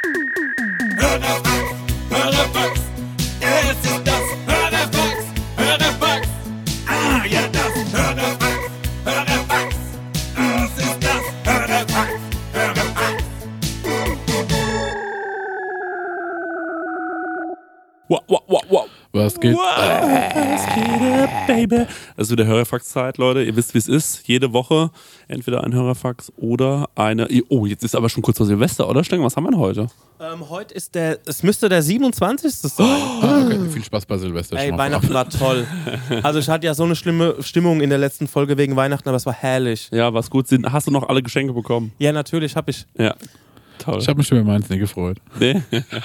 Hörerfax, es ist das Hörerfax, ah ja, das Hörerfax, es ist das Hörerfax. Wow. Was geht? Was geht ab, Baby? Das ist wieder Hörerfax-Zeit, Leute. Ihr wisst, wie es ist. Jede Woche entweder ein Hörerfax oder eine... Oh, jetzt ist aber schon kurz vor Silvester, oder, Stenger? Was haben wir denn heute? Heute ist es müsste der 27. sein. Okay. Viel Spaß bei Silvester. Ey, schon mal Weihnachten war toll. Also ich hatte ja so eine schlimme Stimmung in der letzten Folge wegen Weihnachten, aber es war herrlich. Ja, was gut. Hast du noch alle Geschenke bekommen? Ja, natürlich, hab ich. Ja. Toll. Ich habe mich über meins nie gefreut. Nee?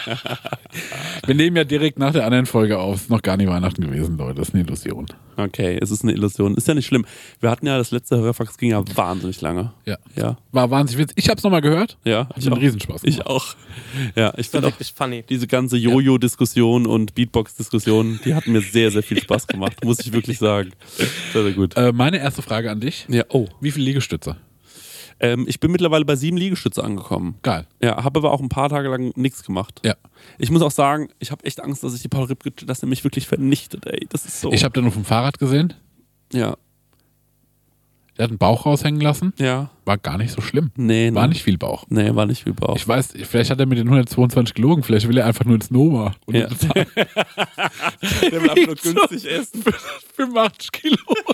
Wir nehmen ja direkt nach der anderen Folge auf. Es ist noch gar nicht Weihnachten gewesen, Leute. Das ist eine Illusion. Okay, es ist eine Illusion. Ist ja nicht schlimm. Wir hatten ja das letzte Hörerfax, ging ja wahnsinnig lange. Ja. War wahnsinnig witzig. Ich habe es nochmal gehört. Ja. Hat einen Riesenspaß gemacht. Ich auch. Ja, ich Das war finde auch wirklich funny. diese ganze Jojo-Diskussion und Beatbox-Diskussion, die hatten mir sehr, sehr viel Spaß gemacht, muss ich wirklich sagen. Sehr, sehr gut. Meine erste Frage an dich. Ja, oh. Wie viele Liegestütze? Ich bin mittlerweile bei 7 Liegestütze angekommen. Geil. Ja, habe aber auch ein paar Tage lang nichts gemacht. Ja. Ich muss auch sagen, ich habe echt Angst, dass ich die Paul Ripke, dass er mich wirklich vernichtet, ey. Das ist so. Ich habe den auf dem Fahrrad gesehen. Ja. Der hat einen Bauch raushängen lassen. Ja. War gar nicht so schlimm. Nee, War nicht viel Bauch. Nee, war nicht viel Bauch. Ich weiß, vielleicht hat er mit den 122 gelogen. Vielleicht will er einfach nur ins Noma. Und Ja. bezahlen. Der will einfach nur günstig essen. 85 Kilo.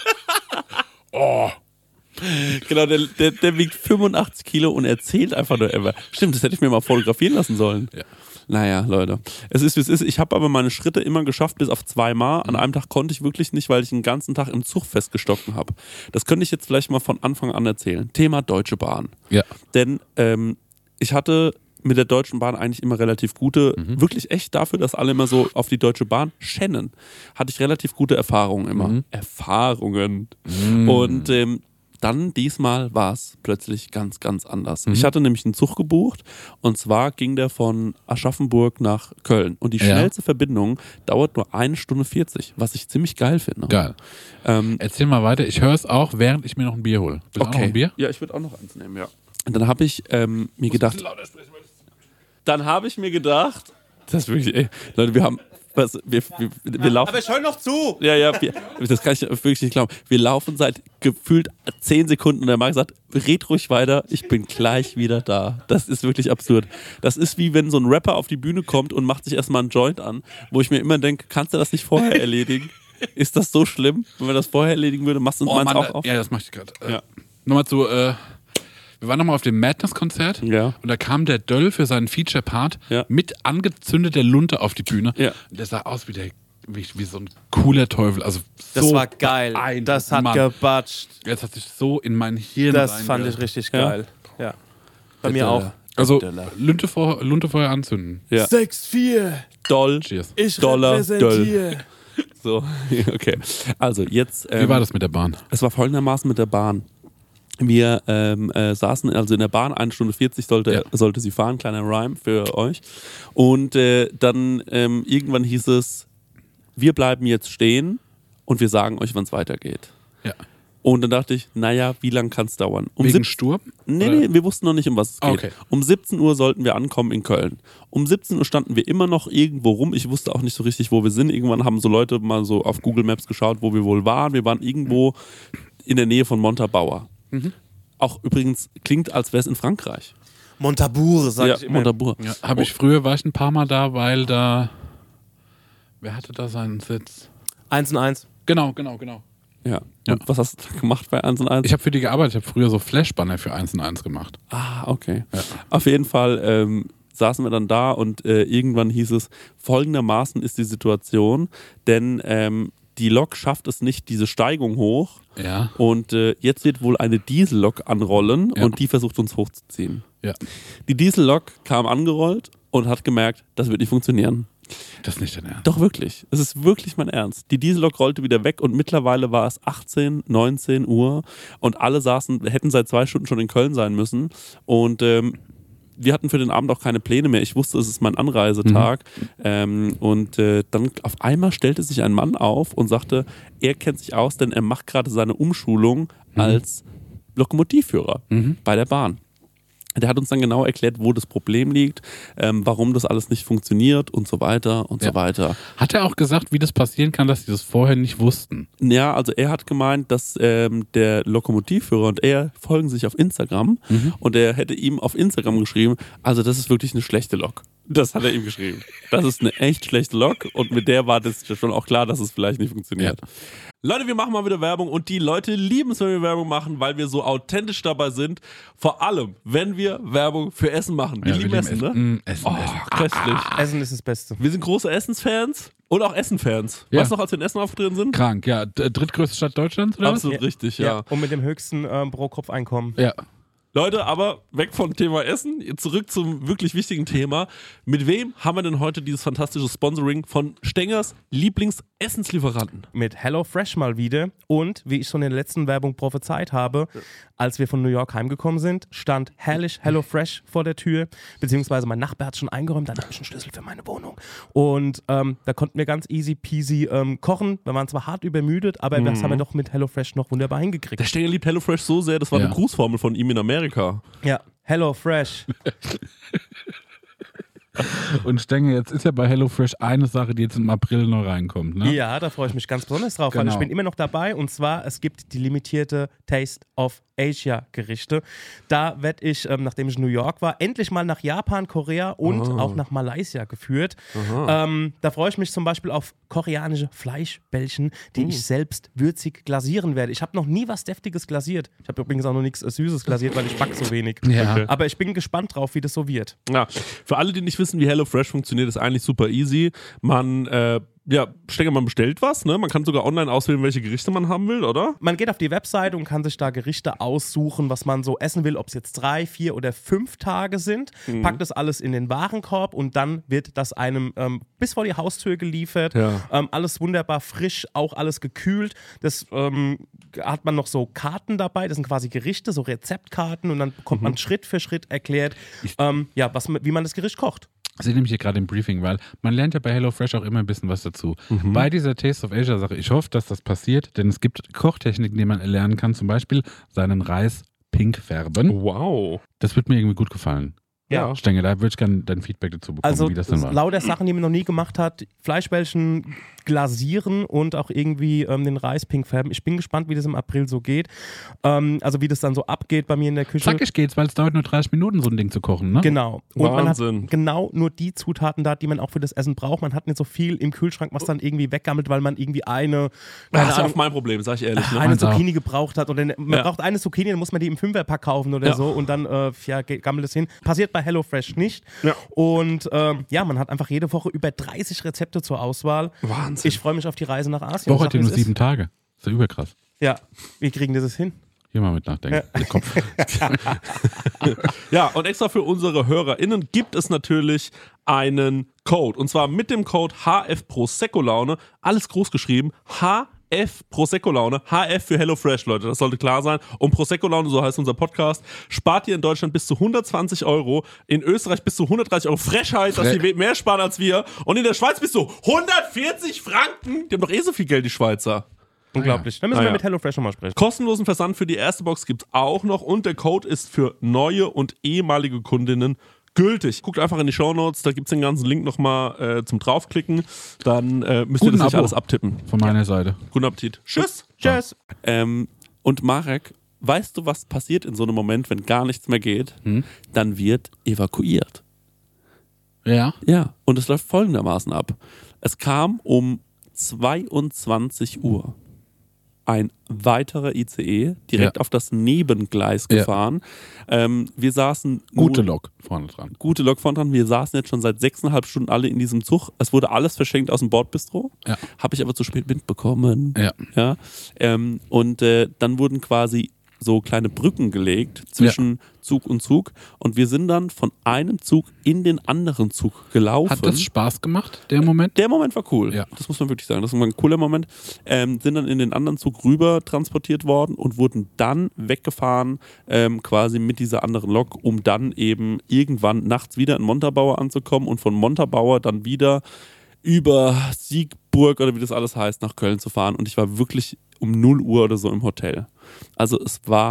Oh. Genau, der wiegt 85 Kilo und erzählt einfach nur immer. Stimmt, das hätte ich mir mal fotografieren lassen sollen. Ja. Naja, Leute. Es ist, wie es ist. Ich habe aber meine Schritte immer geschafft, bis auf 2 Mal. An einem Tag konnte ich wirklich nicht, weil ich den ganzen Tag im Zug festgestockt habe. Das könnte ich jetzt vielleicht mal von Anfang an erzählen. Thema Deutsche Bahn. Ja. Denn ich hatte mit der Deutschen Bahn eigentlich immer relativ gute, wirklich echt dafür, dass alle immer so auf die Deutsche Bahn schennen, hatte ich relativ gute Erfahrungen immer. Erfahrungen. Und dann diesmal war es plötzlich ganz, ganz anders. Ich hatte nämlich einen Zug gebucht und zwar ging der von Aschaffenburg nach Köln. Und die schnellste Verbindung dauert nur 1 Stunde 40, was ich ziemlich geil finde. Geil. Erzähl mal weiter. Ich höre es auch, während ich mir noch ein Bier hole. Willst du auch noch ein Bier? Ja, ich würde auch noch eins nehmen, ja. Und dann habe ich mir gedacht, das ist wirklich, ey, Leute, wir laufen. Aber ich höre noch zu! Ja, das kann ich wirklich nicht glauben. Wir laufen seit gefühlt 10 Sekunden und der Marc sagt, red ruhig weiter, ich bin gleich wieder da. Das ist wirklich absurd. Das ist wie wenn so ein Rapper auf die Bühne kommt und macht sich erstmal einen Joint an, wo ich mir immer denke, kannst du das nicht vorher erledigen? Ist das so schlimm, wenn man das vorher erledigen würde? Machst du uns meins auch auf? Ja, das mach ich gerade. Ja. Nochmal zu, wir waren nochmal auf dem Madness-Konzert und da kam der Döll für seinen Feature-Part mit angezündeter Lunte auf die Bühne. Ja. Und der sah aus wie so ein cooler Teufel. Also Das so war geil. Das hat gebatscht. Jetzt hat sich so in mein Hirn Das fand ich richtig geil. Ja. Bei mir auch. Also Lunte vorher anzünden. Ja. 6-4. Doll. Cheers. Ich Dollar, repräsentiere. So, okay. Also jetzt. Wie war das mit der Bahn? Es war folgendermaßen mit der Bahn. Wir saßen also in der Bahn, 1 Stunde 40 sollte sie fahren, kleiner Rhyme für euch. Und dann irgendwann hieß es, wir bleiben jetzt stehen und wir sagen euch, wann es weitergeht. Ja. Und dann dachte ich, naja, wie lange kann es dauern? Wegen Sturm? Nee, wir wussten noch nicht, um was es geht. Okay. Um 17 Uhr sollten wir ankommen in Köln. Um 17 Uhr standen wir immer noch irgendwo rum. Ich wusste auch nicht so richtig, wo wir sind. Irgendwann haben so Leute mal so auf Google Maps geschaut, wo wir wohl waren. Wir waren irgendwo in der Nähe von Montabaur. Auch übrigens klingt, als wäre es in Frankreich. Montabour, sag ich immer. Montabour. Ja, war ich ein paar Mal da, weil da, wer hatte da seinen Sitz? 1&1. Genau. Ja. Und was hast du gemacht bei 1&1? Ich habe für die gearbeitet, ich habe früher so Flashbanner für 1&1 gemacht. Ah, okay. Ja. Auf jeden Fall saßen wir dann da und irgendwann hieß es, folgendermaßen ist die Situation, denn die Lok schafft es nicht, diese Steigung hoch. Ja. Und jetzt wird wohl eine Diesellok anrollen und die versucht uns hochzuziehen. Ja. Die Diesellok kam angerollt und hat gemerkt, das wird nicht funktionieren. Das ist nicht dein Ernst. Doch wirklich. Es ist wirklich mein Ernst. Die Diesellok rollte wieder weg und mittlerweile war es 18, 19 Uhr und alle hätten seit 2 Stunden schon in Köln sein müssen. Und wir hatten für den Abend auch keine Pläne mehr. Ich wusste, es ist mein Anreisetag. Und dann auf einmal stellte sich ein Mann auf und sagte, er kennt sich aus, denn er macht gerade seine Umschulung als Lokomotivführer bei der Bahn. Der hat uns dann genau erklärt, wo das Problem liegt, warum das alles nicht funktioniert und so weiter und so weiter. Hat er auch gesagt, wie das passieren kann, dass sie das vorher nicht wussten? Ja, also er hat gemeint, dass der Lokomotivführer und er folgen sich auf Instagram und er hätte ihm auf Instagram geschrieben, also das ist wirklich eine schlechte Lok. Das hat er ihm geschrieben. Das ist eine echt schlechte Lok und mit der war das schon auch klar, dass es vielleicht nicht funktioniert. Ja. Leute, wir machen mal wieder Werbung und die Leute lieben es, wenn wir Werbung machen, weil wir so authentisch dabei sind. Vor allem, wenn wir Werbung für Essen machen. Wir lieben Essen, ne? Essen. Köstlich. Essen ist das Beste. Wir sind große Essensfans und auch Essenfans. Ja. Weißt du noch, als wir in Essen aufgetreten sind? Krank, ja. Drittgrößte Stadt Deutschlands, oder? Absolut richtig, ja. Und mit dem höchsten Pro-Kopf-Einkommen. Ja. Leute, aber weg vom Thema Essen, zurück zum wirklich wichtigen Thema. Mit wem haben wir denn heute dieses fantastische Sponsoring von Stengers Lieblingsessenslieferanten? Mit HelloFresh mal wieder. Und wie ich schon in der letzten Werbung prophezeit habe, als wir von New York heimgekommen sind, stand herrlich HelloFresh vor der Tür. Beziehungsweise mein Nachbar hat schon eingeräumt, dann habe ich einen Schlüssel für meine Wohnung. Und da konnten wir ganz easy peasy kochen. Wir waren zwar hart übermüdet, aber das haben wir doch mit HelloFresh noch wunderbar hingekriegt. Der Stenger liebt HelloFresh so sehr, das war eine Grußformel von ihm in Amerika. Ja, HelloFresh. Und Stenger, jetzt ist ja bei HelloFresh eine Sache, die jetzt im April noch reinkommt, ne? Ja, da freue ich mich ganz besonders drauf, weil ich bin immer noch dabei. Und zwar, es gibt die limitierte Taste of Asia Gerichte. Da werde ich, nachdem ich in New York war, endlich mal nach Japan, Korea und auch nach Malaysia geführt. Da freue ich mich zum Beispiel auf koreanische Fleischbällchen, die ich selbst würzig glasieren werde. Ich habe noch nie was Deftiges glasiert. Ich habe übrigens auch noch nichts Süßes glasiert, weil ich backe so wenig. Ja. Okay. Aber ich bin gespannt drauf, wie das so wird. Ja, für alle, die nicht wissen, wie HelloFresh funktioniert, ist eigentlich super easy. Man Stenger, man bestellt was, ne? Man kann sogar online auswählen, welche Gerichte man haben will, oder? Man geht auf die Webseite und kann sich da Gerichte aussuchen, was man so essen will, ob es jetzt 3, 4 oder 5 Tage sind. Packt das alles in den Warenkorb und dann wird das einem bis vor die Haustür geliefert. Ja. Alles wunderbar frisch, auch alles gekühlt. Das hat man noch so Karten dabei, das sind quasi Gerichte, so Rezeptkarten und dann bekommt man Schritt für Schritt erklärt, wie man das Gericht kocht. Ich sehe nämlich hier gerade im Briefing, weil man lernt ja bei HelloFresh auch immer ein bisschen was dazu. Bei dieser Taste of Asia Sache, ich hoffe, dass das passiert, denn es gibt Kochtechniken, die man erlernen kann, zum Beispiel seinen Reis pink färben. Wow. Das wird mir irgendwie gut gefallen. Ja. Stenger, da würde ich gerne dein Feedback dazu bekommen, wie das denn war. Also lauter Sachen, die man noch nie gemacht hat, Fleischbällchen glasieren und auch irgendwie den Reis pink färben. Ich bin gespannt, wie das im April so geht. Also wie das dann so abgeht bei mir in der Küche. Zackig geht's, weil es dauert nur 30 Minuten, so ein Ding zu kochen, ne? Genau. Und Wahnsinn. man hat genau nur die Zutaten da, die man auch für das Essen braucht. Man hat nicht so viel im Kühlschrank, was dann irgendwie weggammelt, weil man irgendwie das ist auch mein Problem, sag ich ehrlich. Ne? Eine Zucchini gebraucht hat. Oder man braucht eine Zucchini, dann muss man die im 5er-Pack kaufen oder so und dann gammelt es hin. Passiert bei HelloFresh nicht. Ja. Und man hat einfach jede Woche über 30 Rezepte zur Auswahl. Wahnsinn. Ich freue mich auf die Reise nach Asien. Woche hat nur 7 Tage. Das ist ja überkrass. Ja, wie kriegen die das hin? Hier mal mit nachdenken. Der Kopf. Ja, und extra für unsere HörerInnen gibt es natürlich einen Code. Und zwar mit dem Code HF Prosecco Laune. Alles groß geschrieben. HF Prosecco Laune. HF für HelloFresh, Leute. Das sollte klar sein. Und Prosecco Laune, so heißt unser Podcast, spart ihr in Deutschland bis zu 120 €, in Österreich bis zu 130 €. Frechheit, dass die mehr sparen als wir. Und in der Schweiz bis zu 140 Franken. Die haben doch so viel Geld, die Schweizer. Unglaublich. Dann müssen wir mit HelloFresh nochmal sprechen. Kostenlosen Versand für die erste Box gibt es auch noch und der Code ist für neue und ehemalige Kundinnen gültig. Guckt einfach in die Shownotes, da gibt es den ganzen Link nochmal zum draufklicken. Dann müsst ihr das nicht alles abtippen. Von meiner Seite. Guten Appetit. Tschüss. Tschüss. Und Marek, weißt du, was passiert in so einem Moment, wenn gar nichts mehr geht? Dann wird evakuiert. Ja? Ja, und es läuft folgendermaßen ab. Es kam um 22 Uhr ein weiterer ICE direkt auf das Nebengleis gefahren. Wir saßen... Gute Lok vorne dran. Gute Lok vorne dran. Wir saßen jetzt schon seit 6,5 Stunden alle in diesem Zug. Es wurde alles verschenkt aus dem Bordbistro. Ja. Habe ich aber zu spät mitbekommen. Ja. Und dann wurden quasi so kleine Brücken gelegt zwischen Zug und Zug und wir sind dann von einem Zug in den anderen Zug gelaufen. Hat das Spaß gemacht, der Moment? Der Moment war cool, das muss man wirklich sagen. Das war ein cooler Moment. Sind dann in den anderen Zug rüber transportiert worden und wurden dann weggefahren quasi mit dieser anderen Lok, um dann eben irgendwann nachts wieder in Montabaur anzukommen und von Montabaur dann wieder über Siegburg oder wie das alles heißt, nach Köln zu fahren und ich war wirklich um 0 Uhr oder so im Hotel. Also es war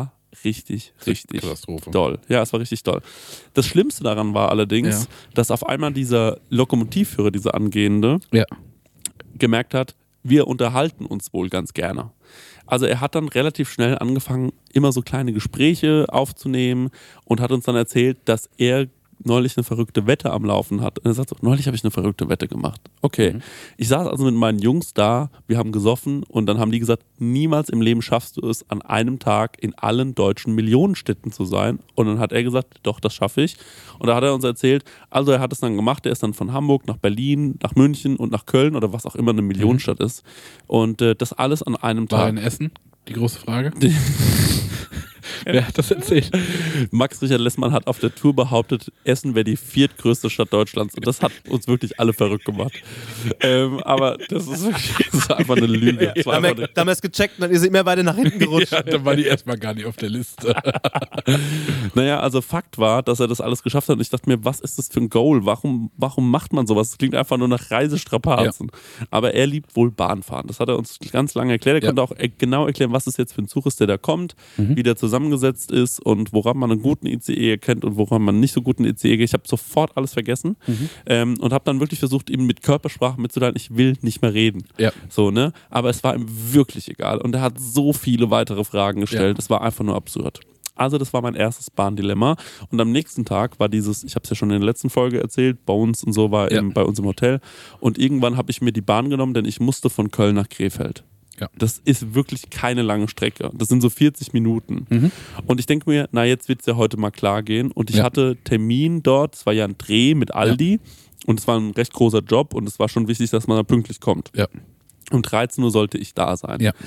richtig Katastrophe. doll. Ja, es war richtig doll. Das Schlimmste daran war allerdings, dass auf einmal dieser Lokomotivführer, dieser Angehende, gemerkt hat, wir unterhalten uns wohl ganz gerne. Also er hat dann relativ schnell angefangen, immer so kleine Gespräche aufzunehmen und hat uns dann erzählt, dass er neulich eine verrückte Wette am Laufen hat. Und er sagt so, neulich habe ich eine verrückte Wette gemacht. Okay. Ich saß also mit meinen Jungs da, wir haben gesoffen und dann haben die gesagt, niemals im Leben schaffst du es, an einem Tag in allen deutschen Millionenstädten zu sein. Und dann hat er gesagt, doch, das schaffe ich. Und da hat er uns erzählt, also er hat es dann gemacht, er ist dann von Hamburg nach Berlin, nach München und nach Köln oder was auch immer eine Millionenstadt ist. Und das alles an einem Tag. War in Essen? Die große Frage. Wer hat das erzählt? Max Richard Lessmann hat auf der Tour behauptet, Essen wäre die 4. größte Stadt Deutschlands. Und das hat uns wirklich alle verrückt gemacht. Aber das ist einfach eine Lüge. Da haben wir es gecheckt und dann ist sie immer weiter nach hinten gerutscht. Ja, dann war die erstmal gar nicht auf der Liste. Naja, also Fakt war, dass er das alles geschafft hat. Und ich dachte mir, was ist das für ein Goal? Warum macht man sowas? Das klingt einfach nur nach Reisestrapazen. Ja. Aber er liebt wohl Bahnfahren. Das hat er uns ganz lange erklärt. Er konnte auch genau erklären, was es jetzt für ein Zug ist, der da kommt, wie der zusammengesetzt ist und woran man einen guten ICE erkennt und woran man nicht so guten ICE erkennt. Ich habe sofort alles vergessen und habe dann wirklich versucht, ihm mit Körpersprache mitzuteilen, ich will nicht mehr reden. Ja. So, ne? Aber es war ihm wirklich egal und er hat so viele weitere Fragen gestellt. Es war einfach nur absurd. Also das war mein erstes Bahndilemma und am nächsten Tag war dieses, ich habe es ja schon in der letzten Folge erzählt, Bones und so war bei uns im Hotel und irgendwann habe ich mir die Bahn genommen, denn ich musste von Köln nach Krefeld. Ja. Das ist wirklich keine lange Strecke. Das sind so 40 Minuten. Und ich denke mir, na jetzt wird es ja heute mal klar gehen. Und ich hatte Termin dort, es war ja ein Dreh mit Aldi und es war ein recht großer Job und es war schon wichtig, dass man da pünktlich kommt. Ja. Um 13 Uhr sollte ich da sein. Ja.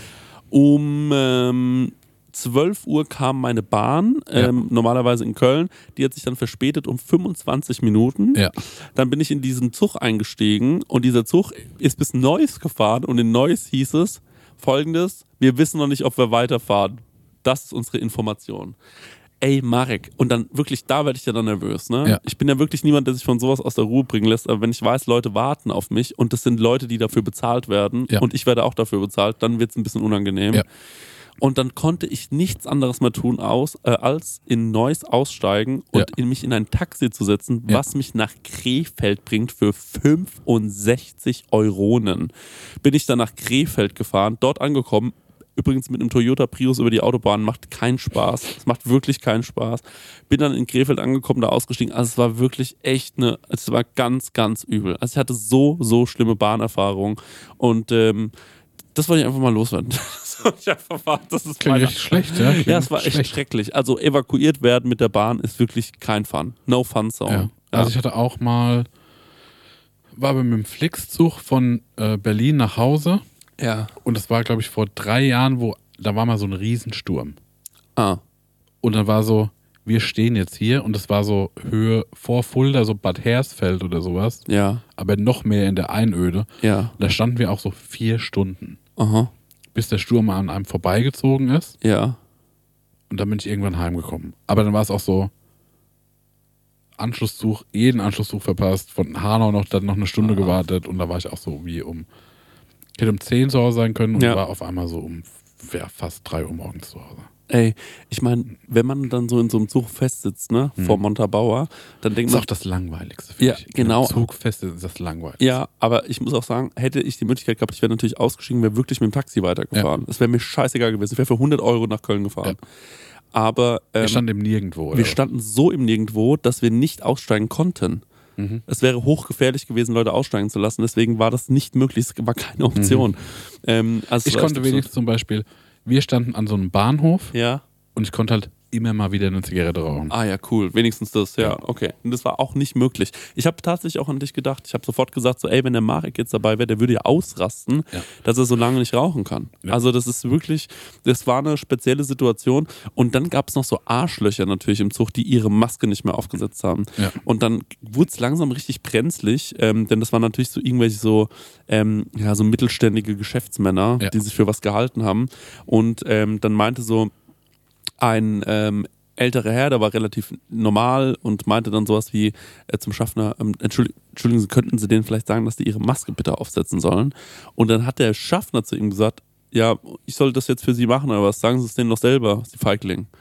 Um 12 Uhr kam meine Bahn, normalerweise in Köln. Die hat sich dann verspätet um 25 Minuten. Ja. Dann bin ich in diesen Zug eingestiegen und dieser Zug ist bis Neuss gefahren und in Neuss hieß es Folgendes, wir wissen noch nicht, ob wir weiterfahren. Das ist unsere Information. Ey, Marek, und dann wirklich, da werde ich ja dann nervös, ne? Ja. Ich bin ja wirklich niemand, der sich von sowas aus der Ruhe bringen lässt, aber wenn ich weiß, Leute warten auf mich und das sind Leute, die dafür bezahlt werden und ich werde auch dafür bezahlt, dann wird es ein bisschen unangenehm. Ja. Und dann konnte ich nichts anderes mehr tun, als in Neuss aussteigen und mich in ein Taxi zu setzen, was mich nach Krefeld bringt für 65 Euronen. Bin ich dann nach Krefeld gefahren, dort angekommen, übrigens mit einem Toyota Prius über die Autobahn, macht keinen Spaß. Es macht wirklich keinen Spaß. Bin dann in Krefeld angekommen, da ausgestiegen. Also es war wirklich echt es war ganz, ganz übel. Also ich hatte so schlimme Bahnerfahrungen und das wollte ich einfach mal loswerden. Das ist klingt richtig schlecht, ja? Ja, es war echt schrecklich. Also evakuiert werden mit der Bahn ist wirklich kein Fun. No fun zone. Ja. Also ich hatte auch mal, war mit dem Flixzug von Berlin nach Hause. Ja. Und das war, glaube ich, vor 3 Jahren, da war mal so ein Riesensturm. Und dann war so, wir stehen jetzt hier und das war so Höhe vor Fulda, so Bad Hersfeld oder sowas. Ja. Aber noch mehr in der Einöde. Ja. Und da standen wir auch so 4 Stunden. Aha. Bis der Sturm an einem vorbeigezogen ist. Ja. Und dann bin ich irgendwann heimgekommen. Aber dann war es auch so, jeden Anschlusszug verpasst, von Hanau dann noch eine Stunde gewartet und da war ich auch so wie ich hätte um 10 zu Hause sein können und war auf einmal so fast 3 Uhr morgens zu Hause. Ey, ich meine, wenn man dann so in so einem Zug festsitzt, ne, vor Montabaur, dann denkt man... Das ist auch das Langweiligste für mich. Genau. Wenn Zug fest ist das Langweiligste. Ja, aber ich muss auch sagen, hätte ich die Möglichkeit gehabt, ich wäre natürlich ausgestiegen, wäre wirklich mit dem Taxi weitergefahren. Es wäre mir scheißegal gewesen. Ich wäre für 100 Euro nach Köln gefahren. Ja. Aber... wir standen im Nirgendwo, oder? Wir standen so im Nirgendwo, dass wir nicht aussteigen konnten. Es wäre hochgefährlich gewesen, Leute aussteigen zu lassen. Deswegen war das nicht möglich. Es war keine Option. Ich konnte wenigstens zum Beispiel... Wir standen an so einem Bahnhof und ich konnte halt immer mal wieder eine Zigarette rauchen. Ah ja, cool. Wenigstens das, ja, okay. Und das war auch nicht möglich. Ich habe tatsächlich auch an dich gedacht. Ich habe sofort gesagt, so, ey, wenn der Marek jetzt dabei wäre, der würde ja ausrasten, dass er so lange nicht rauchen kann. Ja. Also das ist wirklich, das war eine spezielle Situation. Und dann gab es noch so Arschlöcher natürlich im Zug, die ihre Maske nicht mehr aufgesetzt haben. Ja. Und dann wurde es langsam richtig brenzlig, denn das waren natürlich so irgendwelche so mittelständige Geschäftsmänner, die sich für was gehalten haben. Und dann meinte so ein älterer Herr, der war relativ normal und meinte dann sowas wie zum Schaffner, entschuldigen Sie, könnten Sie denen vielleicht sagen, dass die ihre Maske bitte aufsetzen sollen? Und dann hat der Schaffner zu ihm gesagt, ja, ich soll das jetzt für Sie machen, aber was sagen Sie es denen doch selber, Sie Feigling.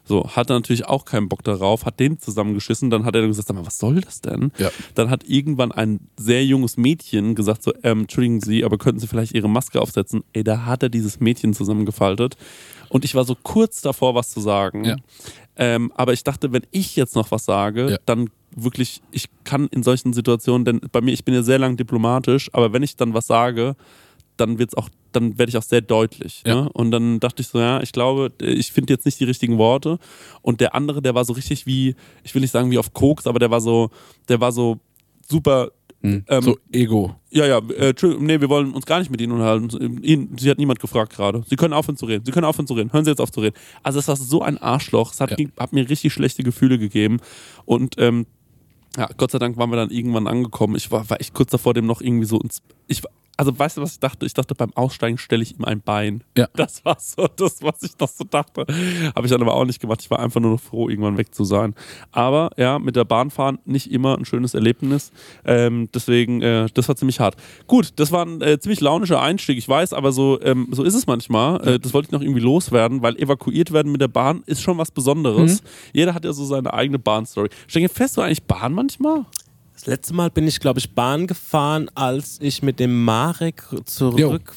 So, hatte natürlich auch keinen Bock darauf, hat den zusammengeschissen, dann hat er gesagt, sag mal, was soll das denn? Ja. Dann hat irgendwann ein sehr junges Mädchen gesagt so, entschuldigen Sie, aber könnten Sie vielleicht Ihre Maske aufsetzen? Ey, da hat er dieses Mädchen zusammengefaltet und ich war so kurz davor, was zu sagen. Ja. Aber ich dachte, wenn ich jetzt noch was sage, dann wirklich, ich kann in solchen Situationen, denn bei mir, ich bin ja sehr lang diplomatisch, aber wenn ich dann was sage, dann werde ich auch sehr deutlich. Ja. Ne? Und dann dachte ich so, ja, ich glaube, ich finde jetzt nicht die richtigen Worte. Und der andere, der war so richtig wie, ich will nicht sagen wie auf Koks, aber der war so super. So Ego. Ja, nee, wir wollen uns gar nicht mit Ihnen unterhalten. Sie hat niemand gefragt gerade. Sie können aufhören zu reden. Hören Sie jetzt auf zu reden. Also es war so ein Arschloch. Es hat mir richtig schlechte Gefühle gegeben. Und Gott sei Dank waren wir dann irgendwann angekommen. Ich war echt kurz davor, dem noch irgendwie so also weißt du, was ich dachte? Ich dachte, beim Aussteigen stelle ich ihm ein Bein. Ja. Das war so das, was ich noch so dachte. Habe ich dann aber auch nicht gemacht. Ich war einfach nur noch froh, irgendwann weg zu sein. Aber ja, mit der Bahn fahren nicht immer ein schönes Erlebnis. Deswegen, das war ziemlich hart. Gut, das war ein ziemlich launischer Einstieg, ich weiß, aber so ist es manchmal. Das wollte ich noch irgendwie loswerden, weil evakuiert werden mit der Bahn ist schon was Besonderes. Jeder hat ja so seine eigene Bahnstory. Stell dir fest, du eigentlich Bahn manchmal? Das letzte Mal bin ich, glaube ich, Bahn gefahren, als ich mit dem Marek zurück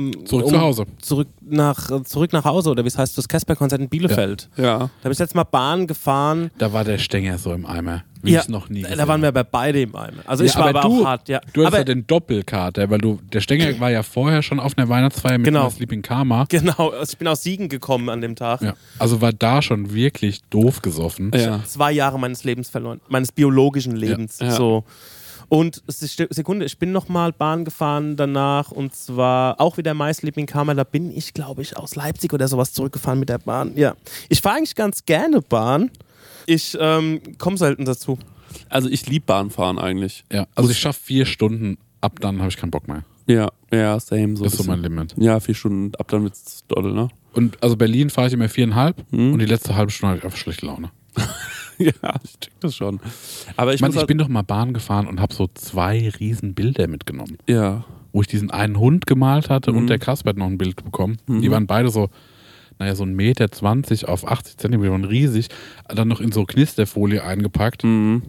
zu Hause. Zurück nach Hause, oder wie es heißt, das Casper-Konzert in Bielefeld. Ja. Da habe ich letztes Mal Bahn gefahren. Da war der Stenger so im Eimer, wie ich es noch nie gesehen Da waren wir bei beide im Eimer. Also ich war aber auch hart, ja. Du hast ja den Doppelkater, weil der Stenger war ja vorher schon auf einer Weihnachtsfeier mit einer Sleeping Karma. Genau, also ich bin aus Siegen gekommen an dem Tag. Ja. Also war da schon wirklich doof gesoffen. Ja. 2 Jahre meines Lebens verloren, meines biologischen Lebens. Ja. So. Und Sekunde, ich bin nochmal Bahn gefahren danach und zwar auch wieder My Sleeping Karma. Da bin ich, glaube ich, aus Leipzig oder sowas zurückgefahren mit der Bahn. Ja. Ich fahre eigentlich ganz gerne Bahn. Ich komme selten dazu. Also ich liebe Bahnfahren eigentlich. Ja, also ich schaffe 4 Stunden, ab dann habe ich keinen Bock mehr. Ja, same. So das ist so mein Limit. Ja, 4 Stunden, ab dann wird's doll, ne? Und also Berlin fahre ich immer 4,5 und die letzte halbe Stunde habe ich einfach schlechte Laune. Ja, ich check das schon. Aber ich bin doch mal Bahn gefahren und habe so 2 riesen Bilder mitgenommen. Ja. Wo ich diesen einen Hund gemalt hatte und der Kasper hat noch ein Bild bekommen. Die waren beide so, so 1,20 Meter auf 80 Zentimeter und riesig. Dann noch in so Knisterfolie eingepackt.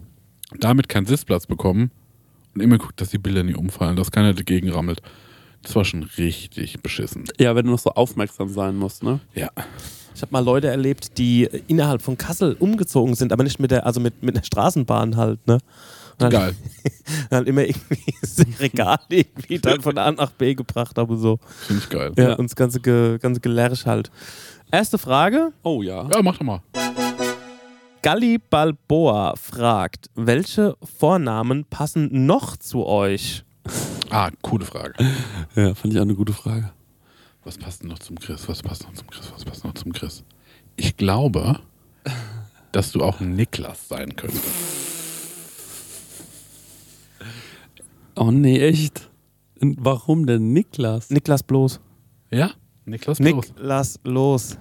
Damit keinen Sitzplatz bekommen. Und immer guckt, dass die Bilder nie umfallen, dass keiner dagegen rammelt. Das war schon richtig beschissen. Ja, wenn du noch so aufmerksam sein musst, ne? Ja. Ich habe mal Leute erlebt, die innerhalb von Kassel umgezogen sind, aber nicht mit der Straßenbahn halt, ne? Und Geil. Dann immer irgendwie das Regal irgendwie dann von A nach B gebracht haben und so. Finde ich geil. Ja, und das ganze Gelärsch halt. Erste Frage. Oh ja. Ja, mach doch mal. Galli Balboa fragt, welche Vornamen passen noch zu euch? Ah, coole Frage. Ja, fand ich auch eine gute Frage. Was passt denn noch zum Chris? Ich glaube, dass du auch ein Niklas sein könntest. Oh nee, echt? Warum denn Niklas? Niklas bloß. Ja? Niklas bloß. Niklas los.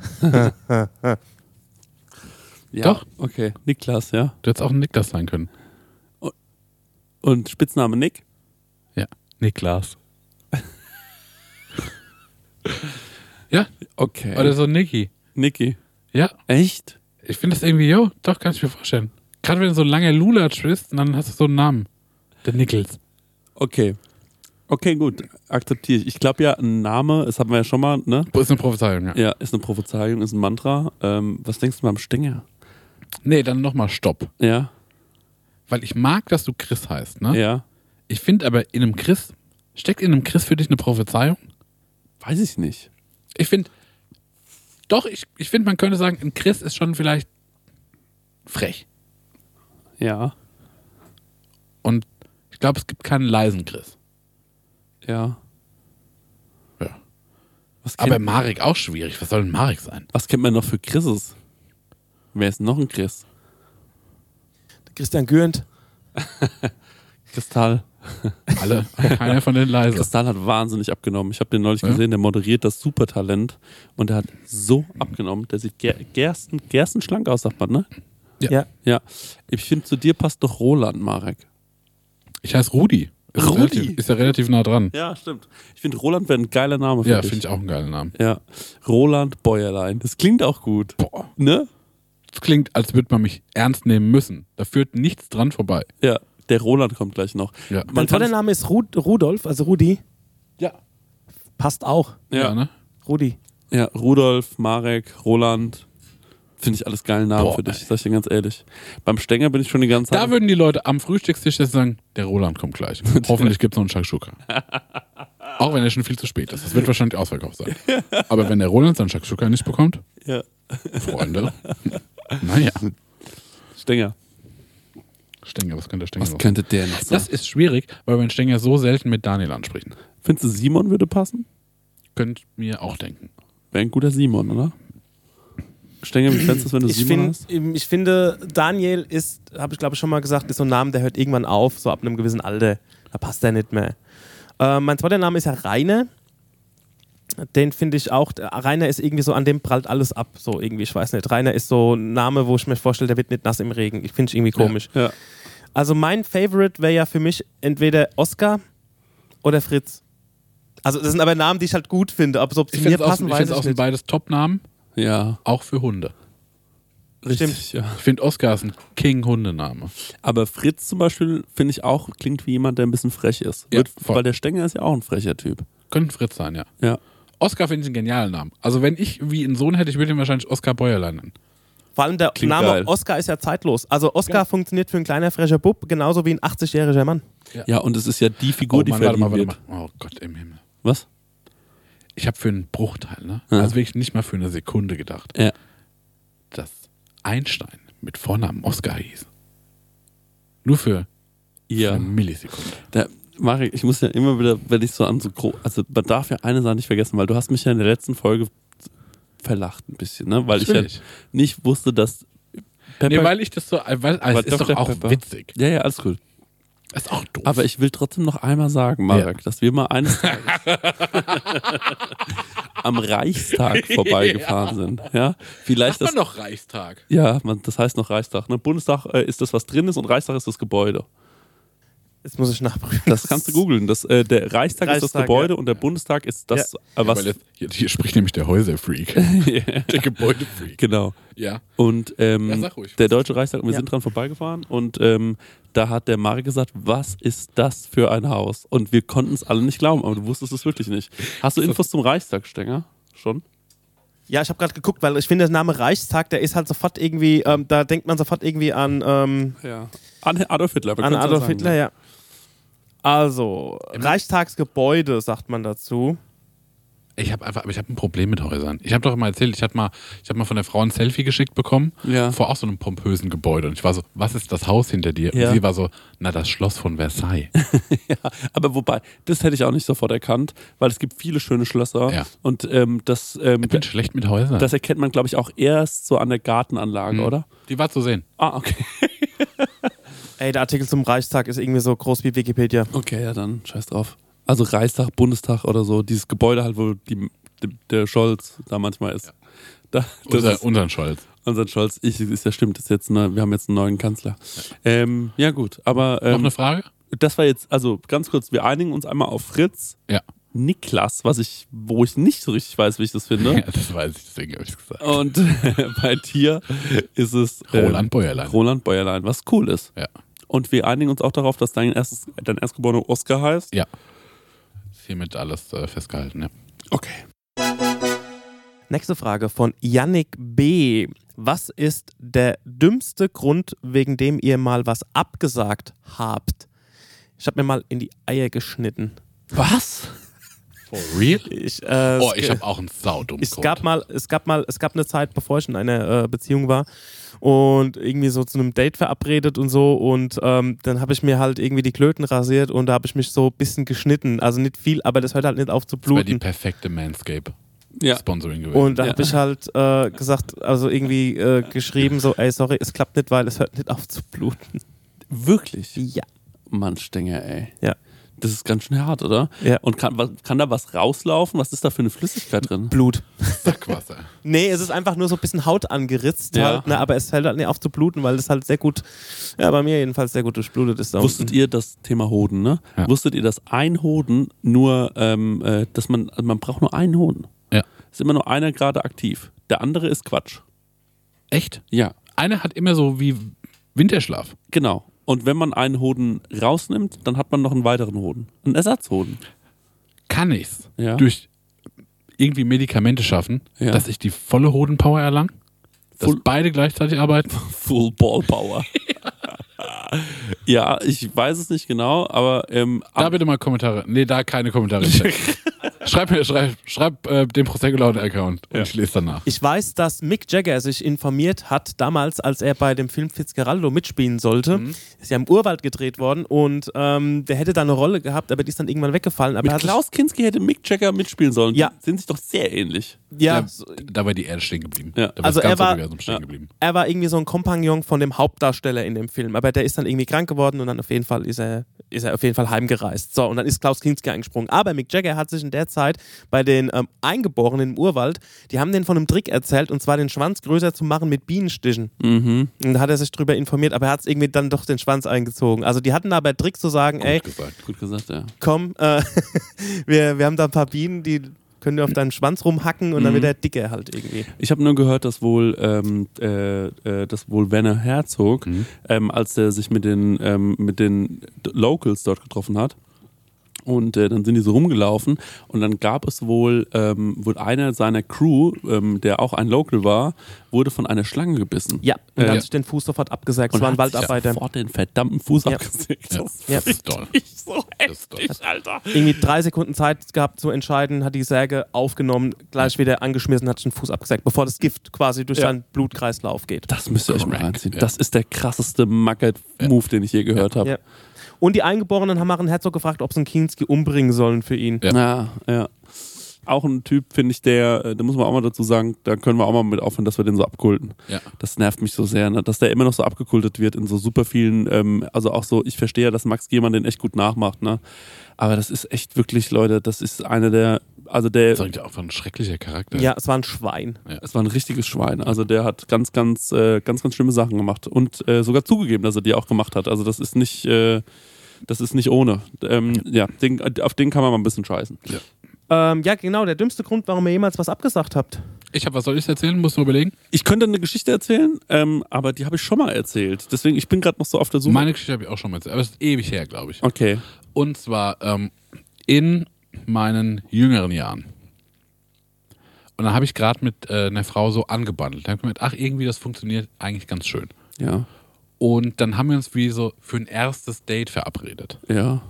Ja, Doch. Okay, Niklas, ja. Du hättest auch ein Niklas sein können. Und Spitzname Nick? Ja, Niklas. Ja, Okay. oder so Niki. Niki. Ja, Echt? ich finde das irgendwie, doch, kann ich mir vorstellen. Gerade wenn du so lange Lulatsch bist, dann hast du so einen Namen. Der Nickels. Okay. Okay, gut. Akzeptiere ich. Ich glaube ja, ein Name, das hatten wir ja schon mal, ne? Ist eine Prophezeiung, ja. Ja, ist eine Prophezeiung, ist ein Mantra. Was denkst du beim Stenger? Nee, dann nochmal Stopp. Ja? Weil ich mag, dass du Chris heißt, ne? Ja? Ich finde aber steckt in einem Chris für dich eine Prophezeiung? Weiß ich nicht. Ich finde, ich finde, man könnte sagen, ein Chris ist schon vielleicht frech. Ja. Und ich glaube, es gibt keinen leisen Chris. Ja. Ja. Was Aber kennt, Marek auch schwierig. Was soll denn Marek sein? was kennt man noch für Chrises? Wer ist noch ein Chris? Christian Gürnt. Kristall. Alle, keiner von den leise. Kristall hat wahnsinnig abgenommen. Ich habe den neulich gesehen, der moderiert das Supertalent und der hat so abgenommen. Der sieht gerstenschlank aus, sagt man, ne? Ja. Ja. Ich finde, zu dir passt doch Roland, Marek. Ich heiße Rudi. Ist ja relativ nah dran. Ja, stimmt. Ich finde, Roland wäre ein geiler Name für Ja, dich. finde ich auch einen geilen Namen. Ja. Roland Bäuerlein. Das klingt auch gut. Boah. Ne? Das klingt, als würde man mich ernst nehmen müssen. Da führt nichts dran vorbei. Ja, der Roland kommt gleich noch. Ja. Mein zweiter Name ist Rudolf, also Rudi. Ja. Passt auch. Ja, ne? Rudi. Ja, Rudolf, Marek, Roland. Finde ich alles geile Namen für dich, sag ich dir ganz ehrlich. Beim Stenger bin ich schon die ganze Zeit. Da würden die Leute am Frühstückstisch jetzt sagen, der Roland kommt gleich. Hoffentlich gibt es noch einen Shakshuka. Auch wenn er schon viel zu spät ist. Das wird wahrscheinlich ausverkauft sein. Aber wenn der Roland seinen Shakshuka nicht bekommt, ja. Freunde, naja. Stenger, was könnte der Stenger was noch? könnte der noch sagen? Das ist schwierig, weil wir den Stenger so selten mit Daniel ansprechen. Findest du, Simon würde passen? Könnt mir auch denken. Wäre ein guter Simon, oder? Stenger, wie fändest du das, wenn du Simon hast? Ich finde, Daniel ist, habe ich glaube ich schon mal gesagt, ist so ein Name, der hört irgendwann auf, so ab einem gewissen Alter. Da passt er nicht mehr. Mein zweiter Name ist ja Rainer. Den finde ich auch, Rainer ist irgendwie so, an dem prallt alles ab, so irgendwie, ich weiß nicht. Rainer ist so ein Name, wo ich mir vorstelle, der wird nicht nass im Regen. Ich finde es irgendwie komisch. Ja. Also mein Favorite wäre ja für mich entweder Oskar oder Fritz. Also das sind aber Namen, die ich halt gut finde. Ob sie mir passen, weiß ich auch nicht. beides Top-Namen, Ja, auch für Hunde. richtig. Ja. Ich finde Oskar ist ein King-Hundename. Aber Fritz zum Beispiel, finde ich auch, klingt wie jemand, der ein bisschen frech ist. Ja, voll. Weil der Stenger ist ja auch ein frecher Typ. Könnte Fritz sein, ja. Ja. Oskar finde ich einen genialen Namen. Also wenn ich wie einen Sohn hätte, ich würde ihn wahrscheinlich Oskar Bäuerlein nennen. Vor allem der Klingt Name geil. Oskar ist ja zeitlos. Also Oskar funktioniert für ein kleiner, frecher Bub genauso wie ein 80-jähriger Mann. Ja, und es ist ja die Figur, die warte verliehen wird. mal. Oh Gott im Himmel. Was? Ich habe für einen Bruchteil, ne? Ja. Also wirklich nicht mal für eine Sekunde gedacht, Ja. dass Einstein mit Vornamen Oskar hieß. Nur für Ja. eine Millisekunde. Marek, ich muss ja immer wieder, wenn ich so an so groß, also man darf ja eine Sache nicht vergessen, weil du hast mich ja in der letzten Folge verlacht ein bisschen, ne? Weil Natürlich. ich ja nicht wusste, dass Pepper... Nee, weil ich das so, weil es ist doch Dr. auch Pepper. witzig. Ja, alles gut. Ist auch doof. Aber ich will trotzdem noch einmal sagen, Marek, dass wir mal eines Tages am Reichstag vorbeigefahren sind. Ja, vielleicht Sagt man noch Reichstag. Ja, das heißt noch Reichstag. Ne? Bundestag ist das, was drin ist, und Reichstag ist das Gebäude. Jetzt muss ich nachprüfen. Das kannst du googeln. Der Reichstag ist das Gebäude, und der Bundestag ist das, was... Weil hier spricht nämlich der Häuserfreak. Der Gebäudefreak. Genau. Ja. Und sag ruhig. der Deutsche Reichstag, wir sind dran vorbeigefahren, und da hat der Marek gesagt, was ist das für ein Haus? Und wir konnten es alle nicht glauben, aber du wusstest es wirklich nicht. Hast du Infos zum Reichstag, Stenger? Schon? Ja, ich habe gerade geguckt, weil ich finde, der Name Reichstag, der ist halt sofort irgendwie, da denkt man sofort irgendwie an... An Adolf Hitler. An Adolf Hitler, ja. Also, Reichstagsgebäude, sagt man dazu. Ich habe ein Problem mit Häusern. Ich habe doch immer erzählt, ich habe mal von der Frau ein Selfie geschickt bekommen, vor auch so einem pompösen Gebäude. Und ich war so, was ist das Haus hinter dir? Ja. Und sie war so, na, das Schloss von Versailles. Ja, aber wobei, das hätte ich auch nicht sofort erkannt, weil es gibt viele schöne Schlösser. Ja. Und Ich bin schlecht mit Häusern. das erkennt man, glaube ich, auch erst so an der Gartenanlage, oder? Die war zu sehen. Ah, okay. Ey, der Artikel zum Reichstag ist irgendwie so groß wie Wikipedia. Okay, ja, dann scheiß drauf. Also Reichstag, Bundestag oder so, dieses Gebäude halt, wo der Scholz da manchmal ist. Unseren Scholz. Unser Scholz, ist ja stimmt, ist jetzt wir haben jetzt einen neuen Kanzler. Ja gut, aber Noch eine Frage? das war jetzt, also ganz kurz, wir einigen uns einmal auf Fritz. Ja. Niklas, wo ich nicht so richtig weiß, wie ich das finde. Ja, das weiß ich, deswegen habe ich es gesagt. Und bei dir ist es Roland Bäuerlein. Roland Bäuerlein, was cool ist. Ja. Und wir einigen uns auch darauf, dass dein erstgeborener Oskar heißt. Ja. Ist hiermit alles festgehalten, ja. Okay. Nächste Frage von Yannick B. Was ist der dümmste Grund, wegen dem ihr mal was abgesagt habt? Ich habe mir mal in die Eier geschnitten. Was? For real? Ich habe auch einen saudummen Es gab eine Zeit, bevor ich in einer Beziehung war und irgendwie so zu einem Date verabredet und so, und dann habe ich mir halt irgendwie die Klöten rasiert und da habe ich mich so ein bisschen geschnitten. Also nicht viel, aber das hört halt nicht auf zu Das war die bluten. perfekte Manscape. Ja. Sponsoring gewesen. Und da habe ich halt gesagt, also irgendwie geschrieben so, ey, sorry, es klappt nicht, weil es hört nicht auf zu bluten. Wirklich? Ja. Mann, Stenger, ey. Ja. Das ist ganz schön hart, oder? Ja. Und kann da was rauslaufen? Was ist da für eine Flüssigkeit drin? Blut. Sackwasser. Nee, es ist einfach nur so ein bisschen Haut angeritzt Ja. halt, ne, aber es fällt halt nicht auf zu bluten, weil das halt sehr gut, ja, bei mir jedenfalls sehr gut durchblutet ist. Da Wusstet ihr das Thema Hoden, ne? Ja. Wusstet ihr, dass ein Hoden nur, dass man braucht nur einen Hoden. Ja. Ist immer nur einer gerade aktiv. Der andere ist Quatsch. Echt? Ja, Einer hat immer so wie Winterschlaf. Genau. Und wenn man einen Hoden rausnimmt, dann hat man noch einen weiteren Hoden. Einen Ersatzhoden. Kann ich's durch irgendwie Medikamente schaffen, dass ich die volle Hodenpower erlange? Dass beide gleichzeitig arbeiten? Full Ball Power. Ja, ich weiß es nicht genau, aber da bitte mal Kommentare. Nee, da keine Kommentare. Schreib den Prosecco-Laune-Account und ich lese danach. Ich weiß, dass Mick Jagger sich informiert hat, damals, als er bei dem Film Fitzgeraldo mitspielen sollte. Ist ja im Urwald gedreht worden und der hätte da eine Rolle gehabt, aber die ist dann irgendwann weggefallen. Aber mit Klaus Kinski hätte Mick Jagger mitspielen sollen. Ja. Die sind sich doch sehr ähnlich. Ja. Da war die Erde stehen geblieben. Ja. Da war Also das ganze Universum stehen geblieben. Er war irgendwie so ein Kompagnon von dem Hauptdarsteller in dem Film, aber der ist dann irgendwie krank geworden und dann auf jeden Fall ist er auf jeden Fall heimgereist. So, und dann ist Klaus Kinski eingesprungen. Aber Mick Jagger hat sich in der Zeit bei den Eingeborenen im Urwald, die haben denen von einem Trick erzählt, und zwar den Schwanz größer zu machen mit Bienenstichen. Und da hat er sich drüber informiert, aber er hat es irgendwie dann doch den Schwanz eingezogen. Also die hatten aber Tricks zu sagen, Gut gesagt, ja. Komm, wir haben da ein paar Bienen, die können dir auf deinen Schwanz rumhacken und dann wird er dicker halt irgendwie. Ich habe nur gehört, dass wohl Werner Herzog, als er sich mit den Locals dort getroffen hat, und dann sind die so rumgelaufen und dann gab es wohl einer seiner Crew, der auch ein Local war, wurde von einer Schlange gebissen. Ja, und hat sich den Fuß sofort abgesägt. Das war ein Waldarbeiter. Sofort den verdammten Fuß abgesägt. Das ist toll. So heftig, Alter. Irgendwie 3 Sekunden Zeit gehabt zu entscheiden, hat die Säge aufgenommen, gleich wieder angeschmissen, hat sich den Fuß abgesägt, bevor das Gift quasi durch seinen Blutkreislauf geht. Das müsst ihr euch mal reinziehen. Ja. Das ist der krasseste Mugged-Move, den ich je gehört habe. Ja. Und die Eingeborenen haben Herrn Herzog gefragt, ob sie einen Kinski umbringen sollen für ihn. Ja. Auch ein Typ, finde ich, da muss man auch mal dazu sagen, da können wir auch mal mit aufhören, dass wir den so abkulten. Ja. Das nervt mich so sehr, ne? Dass der immer noch so abgekultet wird in so super vielen, also auch so, ich verstehe ja, dass Max Gehmann den echt gut nachmacht, ne? Aber das ist echt wirklich, Leute, das ist einer der, also der... Das ist auch ein schrecklicher Charakter. Ja, es war ein Schwein. Ja. Es war ein richtiges Schwein. Also der hat ganz schlimme Sachen gemacht und sogar zugegeben, dass er die auch gemacht hat. Also das ist nicht ohne. Auf den kann man mal ein bisschen scheißen. Ja. Ja, genau, der dümmste Grund, warum ihr jemals was abgesagt habt. Was soll ich erzählen? Musst du überlegen? Ich könnte eine Geschichte erzählen, aber die habe ich schon mal erzählt. Deswegen, ich bin gerade noch so auf der Suche. Meine Geschichte habe ich auch schon mal erzählt, aber es ist ewig her, glaube ich. Okay. Und zwar in meinen jüngeren Jahren. Und da habe ich gerade mit einer Frau so angebandelt. Da habe ich gemeint, irgendwie, das funktioniert eigentlich ganz schön. Ja. Und dann haben wir uns wie so für ein erstes Date verabredet. Ja.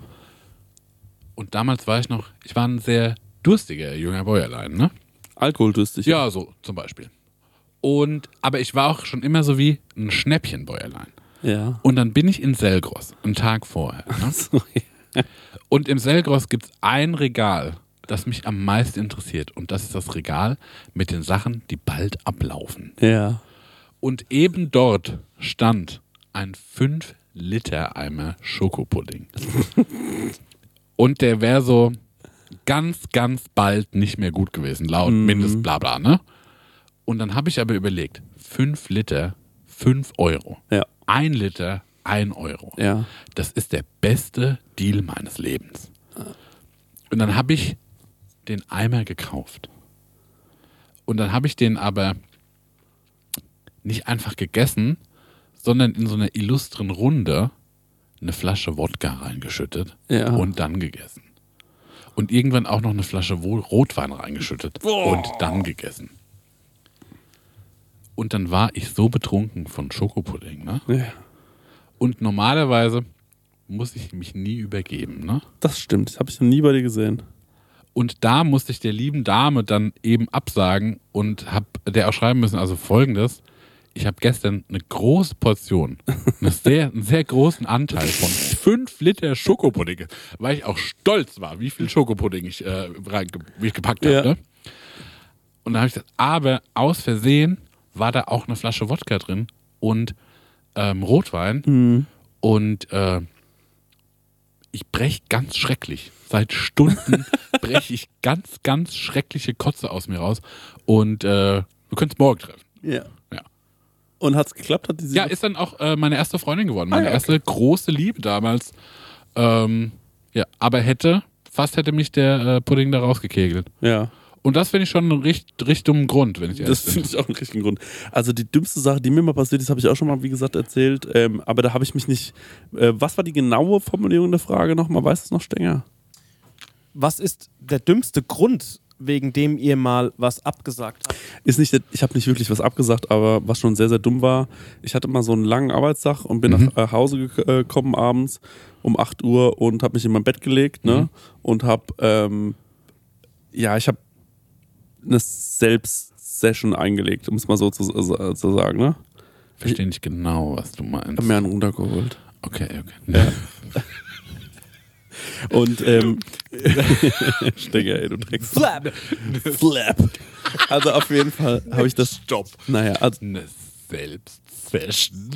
Und damals war ich ein sehr durstiger junger Bäuerlein, ne? Alkoholdurstig. Ja, so zum Beispiel. Aber ich war auch schon immer so wie ein Schnäppchenbäuerlein. Ja. Und dann bin ich in Selgros, einen Tag vorher. Ne? So, ja. Und im Selgros gibt es ein Regal, das mich am meisten interessiert. Und das ist das Regal mit den Sachen, die bald ablaufen. Ja. Und eben dort stand ein 5-Liter-Eimer Schokopudding. Und der wäre so ganz, ganz bald nicht mehr gut gewesen, laut Mindestblabla, ne? Und dann habe ich aber überlegt, 5 Liter, 5 Euro. Ja. 1 Liter, 1 Euro. Ja. Das ist der beste Deal meines Lebens. Und dann habe ich den Eimer gekauft. Und dann habe ich den aber nicht einfach gegessen, sondern in so einer illustren Runde eine Flasche Wodka reingeschüttet und dann gegessen. Und irgendwann auch noch eine Flasche Rotwein reingeschüttet und dann gegessen. Und dann war ich so betrunken von Schokopudding, ne? Ja. Und normalerweise muss ich mich nie übergeben, ne? Das stimmt, das habe ich noch nie bei dir gesehen. Und da musste ich der lieben Dame dann eben absagen und habe der auch schreiben müssen, also Folgendes: Ich habe gestern eine große Portion, einen sehr großen Anteil von 5 Liter Schokopudding, weil ich auch stolz war, wie viel Schokopudding ich gepackt habe. Ne? Und dann habe ich gesagt, aber aus Versehen war da auch eine Flasche Wodka drin und Rotwein. Und ich breche ganz schrecklich. Seit Stunden breche ich ganz, ganz schreckliche Kotze aus mir raus. Und wir können es morgen treffen. Ja. Und hat es geklappt? Ja, ist dann auch meine erste Freundin geworden. Meine erste große Liebe damals. Aber fast hätte mich der Pudding da rausgekegelt. Ja. Und das finde ich schon einen richtig dummen Grund, wenn ich ehrlich bin. Das finde ich auch einen richtigen Grund. Also die dümmste Sache, die mir mal passiert ist, habe ich auch schon mal, wie gesagt, erzählt. Aber da habe ich mich nicht... was war die genaue Formulierung der Frage nochmal? Weißt du es noch, Stenger? Was ist der dümmste Grund, wegen dem ihr mal was abgesagt habt? Ich habe nicht wirklich was abgesagt, aber was schon sehr, sehr dumm war, ich hatte mal so einen langen Arbeitstag und bin nach Hause gekommen abends um 8 Uhr und habe mich in mein Bett gelegt, ne? Und habe... ich habe eine Selbstsession eingelegt, um es mal so zu sagen, ne? Verstehe nicht genau, was du meinst. Ich habe mir einen runtergeholt. Okay. Ja. Und Stecker, ey, du Dreckst. Flap. Also auf jeden Fall habe ich das... Stopp. Naja, also... Eine Selbstsession.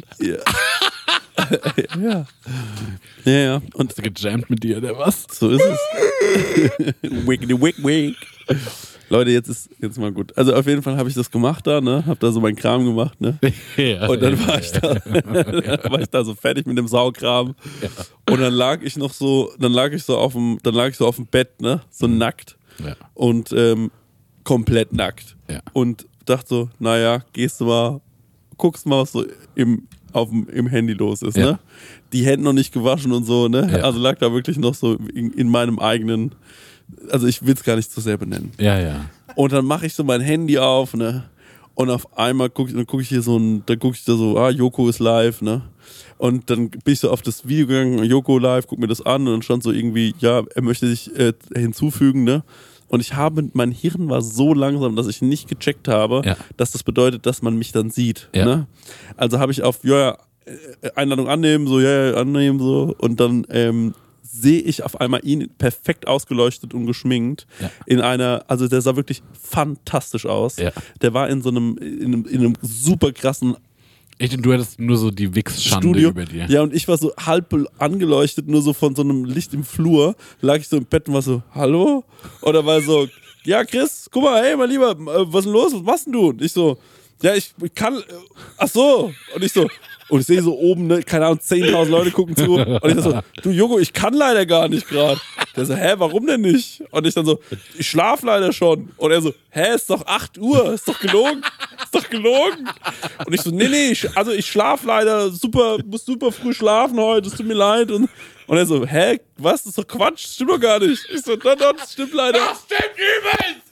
Ja. Ja. Und hast du gejammt mit dir, oder was? So ist es. Wiggity wick. Leute, jetzt mal gut. Also auf jeden Fall habe ich das gemacht da, ne? Hab da so meinen Kram gemacht, ne? Ja, und dann war ich da so fertig mit dem Saukram. Ja. Und dann lag ich so auf dem Bett, ne? So nackt. Ja. Und komplett nackt. Ja. Und dachte so, naja, guckst mal, was so im Handy los ist, ne? Die Hände noch nicht gewaschen und so, ne? Ja. Also lag da wirklich noch so in meinem eigenen, also ich will es gar nicht so sehr benennen. Ja. Und dann mache ich so mein Handy auf, ne? Und auf einmal gucke ich da so, Joko ist live, ne? Und dann bin ich so auf das Video gegangen, Joko live, guck mir das an und dann stand so irgendwie, ja, er möchte sich hinzufügen, ne? Und mein Hirn war so langsam, dass ich nicht gecheckt habe, dass das bedeutet, dass man mich dann sieht. Ja. Ne? Also habe ich auf Einladung annehmen, annehmen, so. Und dann sehe ich auf einmal ihn perfekt ausgeleuchtet und geschminkt also der sah wirklich fantastisch aus. Ja. Der war in einem super krassen Du hattest nur so die Wix-Schande über dir. Ja, und ich war so halb angeleuchtet, nur so von so einem Licht im Flur, lag ich so im Bett und war so, hallo? Oder war so, ja Chris, guck mal, hey mein Lieber, was ist denn los, was machst denn du? Und ich so, ja, ich kann, ach so. Und ich so, und ich sehe so oben, ne, keine Ahnung, 10.000 Leute gucken zu. Und ich so, du Joko, ich kann leider gar nicht gerade. Der so, warum denn nicht? Und ich dann so, ich schlaf leider schon. Und er so, ist doch 8 Uhr, ist doch gelogen. Und ich so, nee, ich schlaf leider muss super früh schlafen heute, es tut mir leid. Und er so, was, das ist doch Quatsch, das stimmt doch gar nicht. Ich so, doch, das stimmt leider. Das stimmt übelst!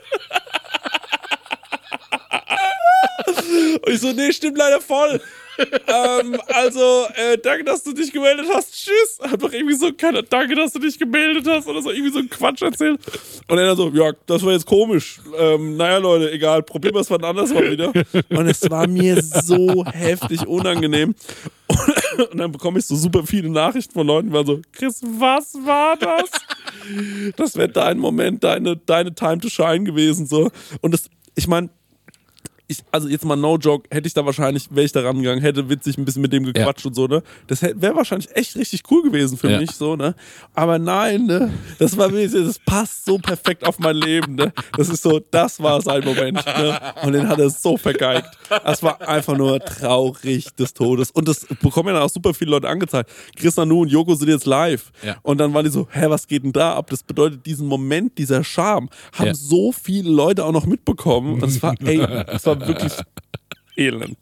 Und ich so, nee, stimmt leider voll. Danke, dass du dich gemeldet hast. Tschüss. Hat doch irgendwie so keiner, danke, dass du dich gemeldet hast oder so, irgendwie so einen Quatsch erzählt. Und er dann so, ja, das war jetzt komisch. Naja, Leute, egal, probieren wir es wann anders mal wieder. Und es war mir so heftig unangenehm. Und dann bekomme ich so super viele Nachrichten von Leuten, die waren so, Chris, was war das? Das wäre dein Moment, deine Time to shine gewesen, so. Und ich meine, also jetzt mal no joke, wäre ich da rangegangen, hätte witzig ein bisschen mit dem gequatscht und so, ne? Das wäre wahrscheinlich echt richtig cool gewesen für mich, so, ne? Aber nein, ne? Das passt so perfekt auf mein Leben, ne? Das war sein Moment, ne? Und den hat er so vergeigt. Das war einfach nur traurig des Todes. Und das bekommen ja dann auch super viele Leute angezeigt. Chris Nanu und Joko sind jetzt live. Ja. Und dann waren die so, was geht denn da ab? Das bedeutet, diesen Moment, dieser Charme, haben so viele Leute auch noch mitbekommen. Und es war wirklich elend.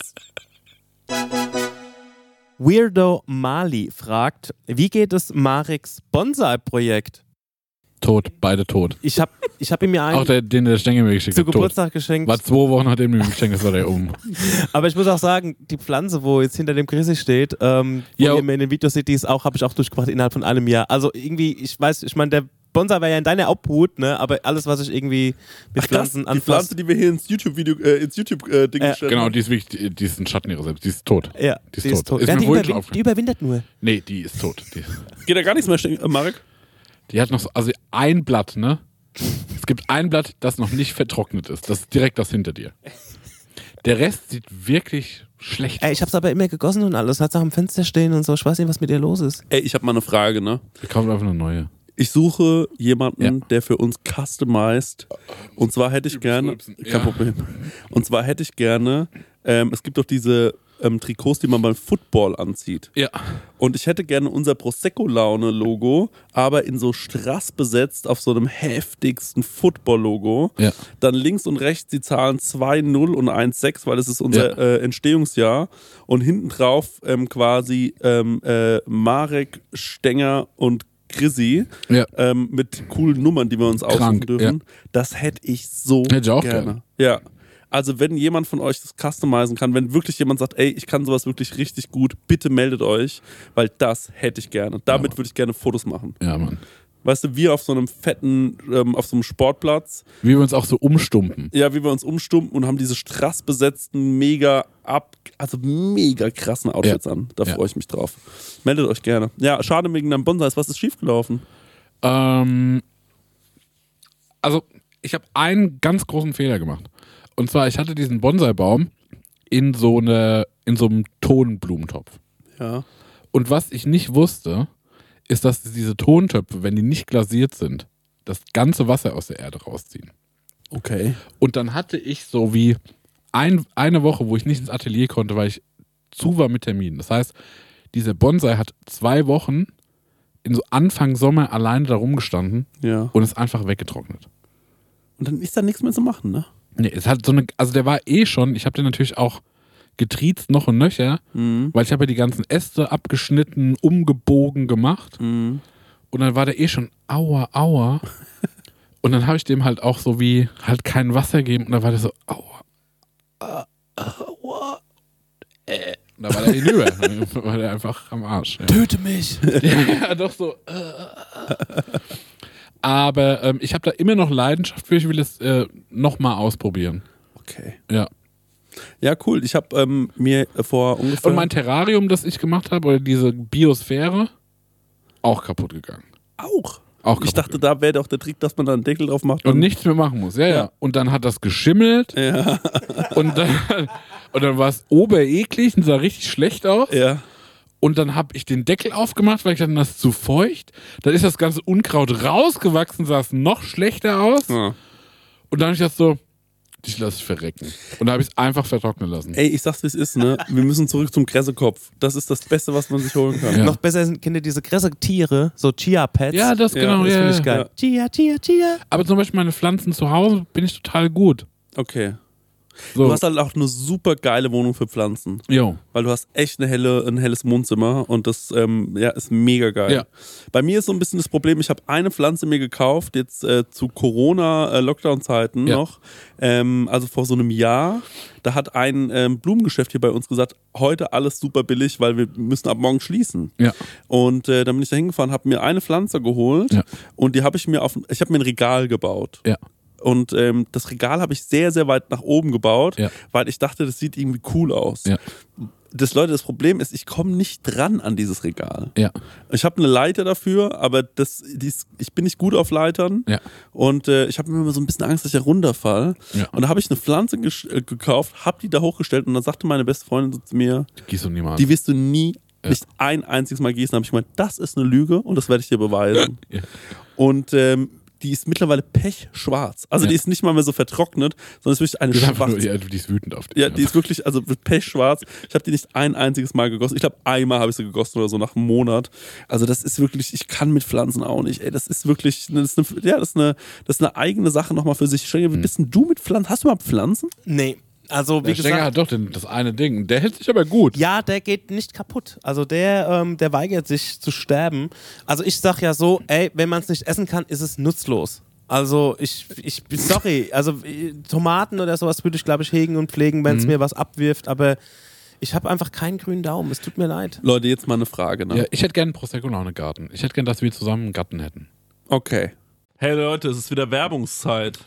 Weirdo Mali fragt, wie geht es Mareks Bonsai-Projekt? Tot, beide tot. Ich hab ihm ja einen... Auch den der Stengel mir geschenkt hat. Zu Geburtstag geschenkt. War 2 Wochen nachdem du mir geschenkt hast, war der um. Aber ich muss auch sagen, die Pflanze, wo jetzt hinter dem Chrissy steht, wo ihr mir in den Videos seht, habe ich auch durchgebracht innerhalb von einem Jahr. Also irgendwie, ich meine, der Bonsai war ja in deiner Obhut, ne? Aber alles, was ich irgendwie mit Pflanzen anfasse. Die Pflanze, die wir hier ins YouTube-Video, Ding gestellt genau, haben. Die ist ein Schatten ihrer selbst. Die ist tot. Ja, die ist tot. Die überwintert nur. Nee, die ist tot. Geht da gar nichts mehr, Marek? Die hat noch so, also ein Blatt, ne? Es gibt ein Blatt, das noch nicht vertrocknet ist. Das ist direkt das hinter dir. Der Rest sieht wirklich schlecht aus. Ich hab's aber immer gegossen und alles. Hat's auch am Fenster stehen und so. Ich weiß nicht, was mit dir los ist. Ich hab mal eine Frage, ne? Wir kaufen einfach eine neue. Ich suche jemanden, der für uns customized. Und zwar hätte ich gerne. Kein Problem. Und zwar hätte ich gerne. Es gibt doch diese Trikots, die man beim Football anzieht. Ja. Und ich hätte gerne unser Prosecco-Laune-Logo, aber in so strass besetzt auf so einem heftigsten Football-Logo. Ja. Dann links und rechts die Zahlen 2-0 und 1-6, weil es ist unser Entstehungsjahr. Und hinten drauf quasi Marek, Stenger und Chrissy mit coolen Nummern, die wir uns aussuchen dürfen. Ja. Das hätte ich so gerne. Ja. Also wenn jemand von euch das customizen kann, wenn wirklich jemand sagt, ey, ich kann sowas wirklich richtig gut, bitte meldet euch, weil das hätte ich gerne. Damit würde ich gerne Fotos machen. Ja, Mann. Weißt du, wir auf so einem fetten, auf so einem Sportplatz. Wie wir uns auch so umstumpen. Ja, wie wir uns umstumpen und haben diese strass besetzten, mega krassen Outfits an. Da freue ich mich drauf. Meldet euch gerne. Ja, schade wegen deinem Bonsai. Was ist schiefgelaufen? Also, ich habe einen ganz großen Fehler gemacht. Und zwar, ich hatte diesen Bonsai-Baum in so einem Tonblumentopf. Ja. Und was ich nicht wusste, ist, dass diese Tontöpfe, wenn die nicht glasiert sind, das ganze Wasser aus der Erde rausziehen. Okay. Und dann hatte ich so wie eine Woche, wo ich nicht ins Atelier konnte, weil ich zu war mit Terminen. Das heißt, dieser Bonsai hat 2 Wochen in so Anfang Sommer alleine da rumgestanden und ist einfach weggetrocknet. Und dann ist da nichts mehr zu machen, ne? Nee, es hat also der war schon, ich habe den natürlich auch getriezt noch und nöcher, weil ich habe ja die ganzen Äste abgeschnitten, umgebogen gemacht und dann war der schon aua und dann habe ich dem halt auch so wie halt kein Wasser gegeben und dann war der so aua. Und da war der hinüber, dann war der einfach am Arsch. Ja. Töte mich! Ja, doch so. Aber ich habe da immer noch Leidenschaft für, ich will es nochmal ausprobieren. Okay. Ja. Ja, cool. Ich habe mir vor ungefähr... Und mein Terrarium, das ich gemacht habe, oder diese Biosphäre, auch kaputt gegangen. Auch kaputt ich dachte, da wäre doch der Trick, dass man da einen Deckel drauf macht. Und nichts mehr machen muss. Ja. Und dann hat das geschimmelt. Ja. Und dann war es obereklig und sah richtig schlecht aus. Ja. Und dann habe ich den Deckel aufgemacht, weil ich dachte, das ist zu feucht. Dann ist das ganze Unkraut rausgewachsen, sah es noch schlechter aus. Ja. Und dann habe ich das so, dich lasse ich verrecken. Und da habe ich es einfach vertrocknen lassen. Ey, ich sag's, wie es ist, ne? Wir müssen zurück zum Gräsekopf. Das ist das Beste, was man sich holen kann. Ja. Noch besser sind, kennt ihr diese Gräsetiere, so Chia-Pads? Ja, das genau. Das finde ich geil. Ja. Chia. Aber zum Beispiel meine Pflanzen zu Hause bin ich total gut. Okay. So. Du hast halt auch eine super geile Wohnung für Pflanzen. Jo. Weil du hast echt ein helles Wohnzimmer und das ist mega geil. Ja. Bei mir ist so ein bisschen das Problem, ich habe eine Pflanze mir gekauft, jetzt zu Corona-Lockdown-Zeiten noch, also vor so einem Jahr. Da hat ein Blumengeschäft hier bei uns gesagt, heute alles super billig, weil wir müssen ab morgen schließen. Ja. Und dann bin ich da hingefahren, habe mir eine Pflanze geholt und die habe ich habe mir ein Regal gebaut. Ja. Und das Regal habe ich sehr, sehr weit nach oben gebaut, weil ich dachte, das sieht irgendwie cool aus. Ja. Das Problem ist, ich komme nicht dran an dieses Regal. Ja. Ich habe eine Leiter dafür, aber ich bin nicht gut auf Leitern. Ja. Und ich habe mir immer so ein bisschen Angst, dass ich da runterfall. Ja. Und da habe ich eine Pflanze gekauft, habe die da hochgestellt und dann sagte meine beste Freundin so zu mir, die wirst du nie, nicht ein einziges Mal gießen. Da habe ich gemeint, das ist eine Lüge und das werde ich dir beweisen. Ja. Und die ist mittlerweile pechschwarz. Also die ist nicht mal mehr so vertrocknet, sondern ist wirklich eine schwarze. Die ist wütend auf dich. Ja, die ist wirklich, also pechschwarz. Ich habe die nicht ein einziges Mal gegossen. Ich glaube, einmal habe ich sie gegossen oder so nach einem Monat. Also das ist wirklich, ich kann mit Pflanzen auch nicht. Ey, das ist wirklich, das ist eine eigene Sache nochmal für sich. Wie bist denn du mit Pflanzen? Hast du mal Pflanzen? Nee. Also, wie der Stenger hat doch das eine Ding. Der hält sich aber gut. Ja, der geht nicht kaputt. Also der weigert sich zu sterben. Also ich sag ja so, ey, wenn man es nicht essen kann, ist es nutzlos. Also sorry, also Tomaten oder sowas würde ich, glaube ich, hegen und pflegen, wenn es mir was abwirft, aber ich habe einfach keinen grünen Daumen. Es tut mir leid. Leute, jetzt mal eine Frage. Ne? Ja, ich hätte gerne einen Prosecco-Laune-Garten. Ich hätte gerne, dass wir zusammen einen Garten hätten. Okay. Hey Leute, es ist wieder Werbungszeit.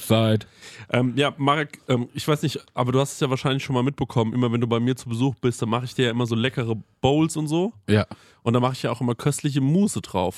Ja, Marek, ich weiß nicht, aber du hast es ja wahrscheinlich schon mal mitbekommen. Immer wenn du bei mir zu Besuch bist, dann mache ich dir ja immer so leckere Bowls und so. Ja. Und da mache ich ja auch immer köstliche Mousse drauf, ne?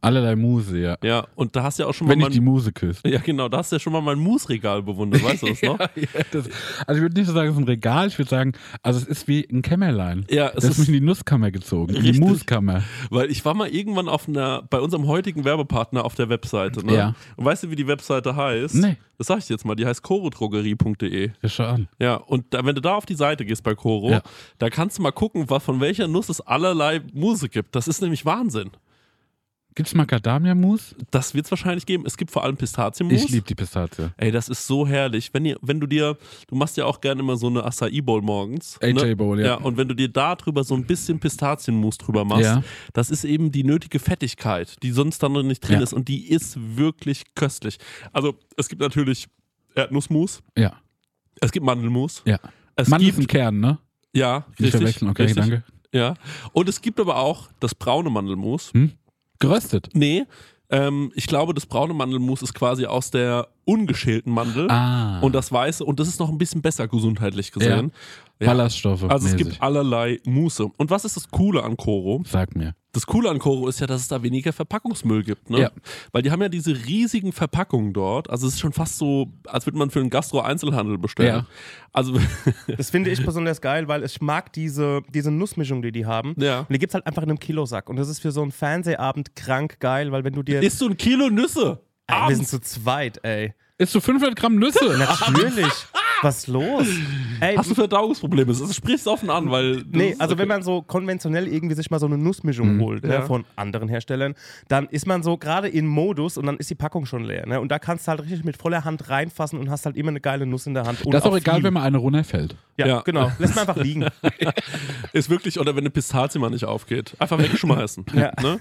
Allerlei Muse, ja. Ja, und da hast du ja auch schon Wenn mal ich die Muse küsse. Ja, genau, da hast du ja schon mal mein Musregal bewundert, weißt du das noch? Also ich würde nicht so sagen, es ist ein Regal, ich würde sagen, also es ist wie ein Kämmerlein. Ja, das ist mich in die Nusskammer gezogen, in die Muskammer. Weil ich war mal irgendwann bei unserem heutigen Werbepartner auf der Webseite, ne? Ja. Und weißt du, wie die Webseite heißt? Nee. Das sag ich dir jetzt mal, die heißt chorodrogerie.de. Ja, schau an. Ja, und wenn du da auf die Seite gehst bei Coro, da kannst du mal gucken, von welcher Nuss es allerlei Muse gibt. Das ist nämlich Wahnsinn. Gibt's Macadamia-Mus? Das wird es wahrscheinlich geben. Es gibt vor allem Pistazienmus. Ich liebe die Pistazie. Ey, das ist so herrlich. Du machst ja auch gerne immer so eine Acai-Bowl morgens. AJ-Bowl, ja. Ja, und wenn du dir da drüber so ein bisschen Pistazienmus drüber machst, das ist eben die nötige Fettigkeit, die sonst dann nicht drin ist. Und die ist wirklich köstlich. Also, es gibt natürlich Erdnussmus. Ja. Es gibt Mandelmus. Ja. Mandel ist ein Kern, ne? Ja, nicht verwechseln, okay, richtig. Danke. Ja. Und es gibt aber auch das braune Mandelmus. Geröstet? Nee, ich glaube, das braune Mandelmus ist quasi aus der ungeschälten Mandel und das weiße, und das ist noch ein bisschen besser gesundheitlich gesehen. Ja. Ballaststoffe. Also es gibt allerlei Muße. Und was ist das Coole an Coro? Sag mir. Das Coole an Coro ist ja, dass es da weniger Verpackungsmüll gibt. Ne? Ja. Weil die haben ja diese riesigen Verpackungen dort. Also es ist schon fast so, als würde man für einen Gastro-Einzelhandel bestellen. Ja. Also das finde ich besonders geil, weil ich mag diese Nussmischung, die haben. Ja. Und die gibt es halt einfach in einem Kilosack. Und das ist für so einen Fernsehabend krank geil, weil wenn du dir... Isst du ein Kilo Nüsse? Ey, wir sind zu zweit, ey. Isst du 500 Gramm Nüsse? Natürlich. Was ist los? Ey, hast du Verdauungsprobleme? Das sprichst du offen an, weil... Nee, also wenn man so konventionell irgendwie sich mal so eine Nussmischung holt, ne, von anderen Herstellern, dann ist man so gerade in Modus und dann ist die Packung schon leer. Ne? Und da kannst du halt richtig mit voller Hand reinfassen und hast halt immer eine geile Nuss in der Hand. Das ist auch egal, wenn mal eine runterfällt. Ja, genau. Lässt man einfach liegen. Ist wirklich, oder wenn eine Pistazie mal nicht aufgeht. Einfach wegschmeißen. Ja. Ne?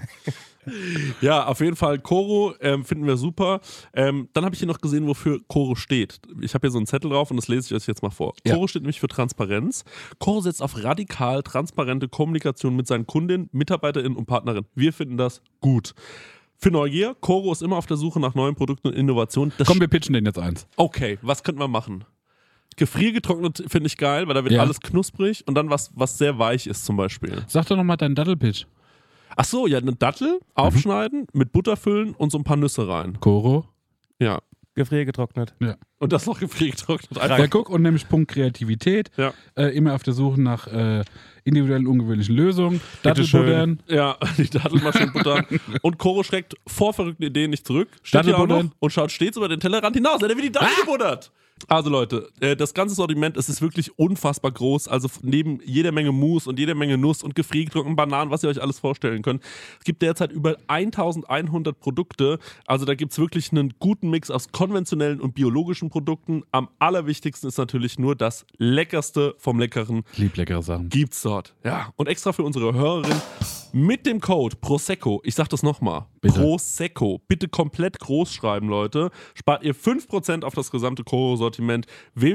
Ja, auf jeden Fall Coro finden wir super. Dann habe ich hier noch gesehen, wofür Coro steht. Ich habe hier so einen Zettel drauf und das lese ich euch jetzt mal vor. Ja. Coro steht nämlich für Transparenz. Coro setzt auf radikal transparente Kommunikation mit seinen Kundinnen, MitarbeiterInnen und Partnerinnen. Wir finden das gut. Für Neugier, Coro ist immer auf der Suche nach neuen Produkten und Innovationen. Komm, wir pitchen den jetzt eins. Okay, was könnten wir machen? Gefriergetrocknet finde ich geil, weil da wird alles knusprig und dann was sehr weich ist zum Beispiel. Sag doch nochmal deinen Dattelpitch. Ach so, ja, eine Dattel aufschneiden, mit Butter füllen und so ein paar Nüsse rein. Coro? Ja. Gefriergetrocknet. Ja. Und das noch gefriergetrocknet. Ja, guck, und nämlich Punkt Kreativität. Ja. Immer auf der Suche nach individuellen, ungewöhnlichen Lösungen. Dattelbuddern. Ja, die Dattelmaschinen buttern. Und Coro schreckt vor verrückten Ideen nicht zurück. Steht hier auch noch und schaut stets über den Tellerrand hinaus. Er wird die Dattel gebuddert. Also Leute, das ganze Sortiment, es ist wirklich unfassbar groß, also neben jeder Menge Mousse und jeder Menge Nuss und gefriergetrockneten Bananen, was ihr euch alles vorstellen könnt. Es gibt derzeit über 1100 Produkte, also da gibt es wirklich einen guten Mix aus konventionellen und biologischen Produkten. Am allerwichtigsten ist natürlich nur das Leckerste vom Leckeren. Lieb leckere Sachen. Gibt's dort. Ja, und extra für unsere Hörerin mit dem Code PROSECCO, ich sag das nochmal, PROSECCO, bitte komplett groß schreiben, Leute, spart ihr 5% auf das gesamte Coro-Sortiment,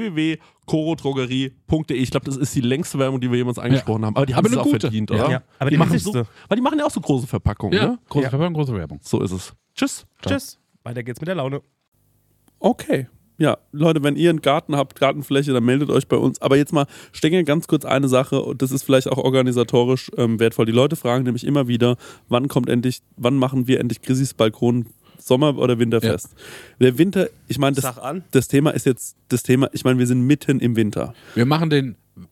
www.corodrogerie.de. Ich glaube, das ist die längste Werbung, die wir jemals angesprochen haben, aber die haben es auch verdient, oder? Ja, aber die machen weil die machen ja auch so große Verpackungen, ne? Große Verpackung, große Werbung. So ist es. Tschüss. Ciao. Tschüss. Weiter geht's mit der Laune. Okay. Ja, Leute, wenn ihr einen Garten habt, Gartenfläche, dann meldet euch bei uns. Aber jetzt mal, Stengel, ganz kurz eine Sache, und das ist vielleicht auch organisatorisch wertvoll. Die Leute fragen nämlich immer wieder, wann machen wir endlich Grizzys Balkon Sommer- oder Winterfest? Ja. Der Winter, ich meine, das Thema ist jetzt ich meine, wir sind mitten im Winter. Wir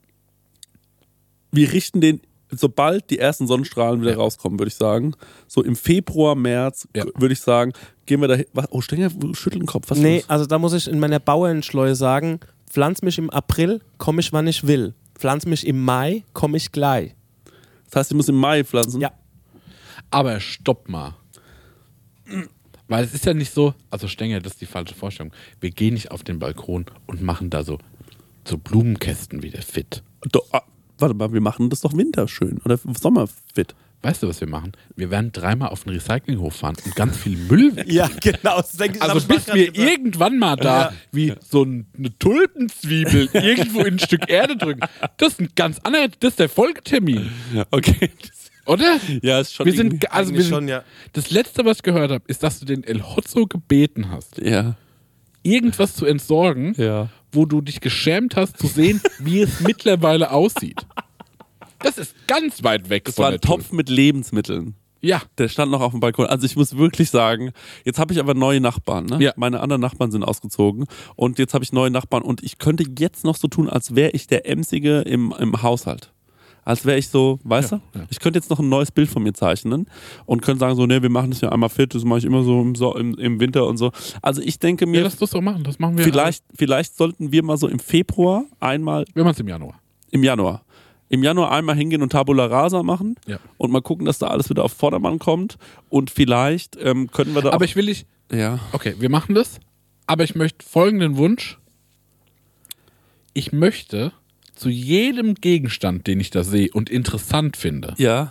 richten den, sobald die ersten Sonnenstrahlen wieder rauskommen, würde ich sagen. So im Februar, März, würde ich sagen, gehen wir da hin. Oh, Stenger schüttelt den Kopf. Was los? Also da muss ich in meiner Bauernschleue sagen, pflanz mich im April, komme ich, wann ich will. Pflanz mich im Mai, komme ich gleich. Das heißt, ich muss im Mai pflanzen? Ja. Aber stopp mal. Weil es ist ja nicht so, also Stenger, das ist die falsche Vorstellung. Wir gehen nicht auf den Balkon und machen da so Blumenkästen wieder fit. Warte mal, wir machen das doch winterschön oder Sommerfit. Weißt du, was wir machen? Wir werden 3-mal auf den Recyclinghof fahren und ganz viel Müll weg. Ja, genau. Das denke ich, also bis wir irgendwann mal da wie so eine Tulpenzwiebel irgendwo in ein Stück Erde drücken. Das ist ein ganz anderer, das ist der Folgetermin. Ja, okay. Oder? Ja, ist schon. Das Letzte, was ich gehört habe, ist, dass du den El Hotzo gebeten hast, irgendwas zu entsorgen, wo du dich geschämt hast zu sehen, wie es mittlerweile aussieht. Das ist ganz weit weg. Das war ein Topf mit Lebensmitteln. Ja. Der stand noch auf dem Balkon. Also ich muss wirklich sagen, jetzt habe ich aber neue Nachbarn. Ne? Ja. Meine anderen Nachbarn sind ausgezogen und jetzt habe ich neue Nachbarn und ich könnte jetzt noch so tun, als wäre ich der Emsige im Haushalt. Als wäre ich so, weißt du? Ja. Ich könnte jetzt noch ein neues Bild von mir zeichnen und könnte sagen so, nee, wir machen das ja einmal fit, das mache ich immer so im Winter und so. Also ich denke mir, lass das doch machen, das machen wir. Vielleicht sollten wir mal so im Februar einmal... Wir machen es im Januar. Im Januar einmal hingehen und Tabula Rasa machen und mal gucken, dass da alles wieder auf Vordermann kommt und vielleicht können wir da Aber ich will nicht... Ja. Okay, wir machen das, aber ich möchte folgenden Wunsch. Ich möchte zu jedem Gegenstand, den ich da sehe und interessant finde,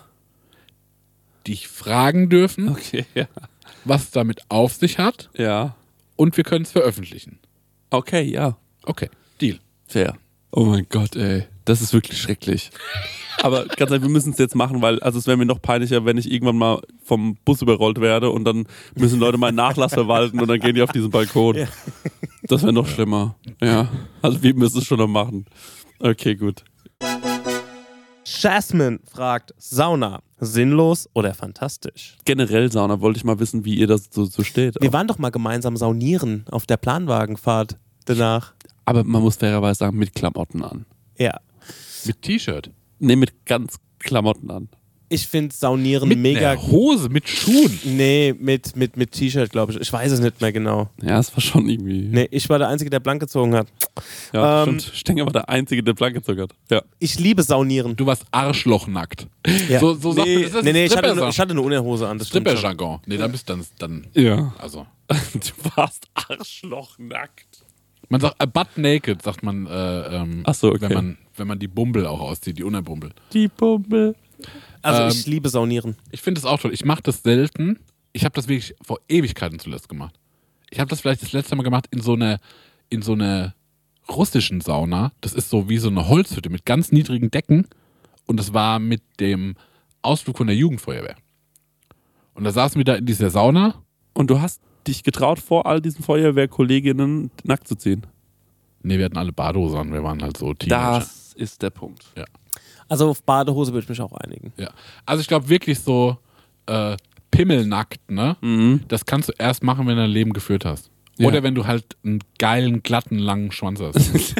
dich fragen dürfen, was es damit auf sich hat und wir können es veröffentlichen. Okay, ja. Okay, Deal. Fair. Oh mein Gott, ey. Das ist wirklich schrecklich. Aber ganz ehrlich, wir müssen es jetzt machen, weil es wäre mir noch peinlicher, wenn ich irgendwann mal vom Bus überrollt werde und dann müssen Leute meinen Nachlass verwalten und dann gehen die auf diesen Balkon. Ja. Das wäre noch schlimmer. Ja. Also wir müssen es schon noch machen. Okay, gut. Jasmine fragt, Sauna, sinnlos oder fantastisch? Generell Sauna, wollte ich mal wissen, wie ihr das so steht. Wir waren doch mal gemeinsam saunieren auf der Planwagenfahrt danach. Aber man muss fairerweise sagen, mit Klamotten an. Ja. Mit T-Shirt? Nee, mit ganz Klamotten an. Ich finde Saunieren mit mega... Mit Hose, mit Schuhen? Nee, mit T-Shirt, glaube ich. Ich weiß es nicht mehr genau. Ja, es war schon irgendwie... Nee, ich war der Einzige, der blank gezogen hat. Ja, stimmt. Stenger war der Einzige, der blank gezogen hat. Ja. Ich liebe Saunieren. Du warst arschlochnackt. Ja. So sagt man, das ist nee, ich hatte eine Unterhose an. Stripper-Jargon. Nee, dann bist du dann... Ja. Also. Du warst arschlochnackt. Man sagt butt naked, sagt man, ach so, okay. wenn man die Bumbel auch auszieht, die Unterbumbel. Die Bumbel. Also ich liebe Saunieren. Ich finde es auch toll. Ich mache das selten. Ich habe das wirklich vor Ewigkeiten zuletzt gemacht. Ich habe das vielleicht das letzte Mal gemacht in so einer russischen Sauna. Das ist so wie so eine Holzhütte mit ganz niedrigen Decken. Und das war mit dem Ausflug von der Jugendfeuerwehr. Und da saßen wir da in dieser Sauna. Und du hast dich getraut, vor all diesen Feuerwehrkolleginnen nackt zu ziehen? Nee, wir hatten alle Badehose an, wir waren halt so Teenager. Das ist der Punkt. Ja. Also auf Badehose würde ich mich auch einigen. Ja. Also ich glaube wirklich so pimmelnackt, ne? Mhm. Das kannst du erst machen, wenn du dein Leben geführt hast. Ja. Oder wenn du halt einen geilen, glatten, langen Schwanz hast.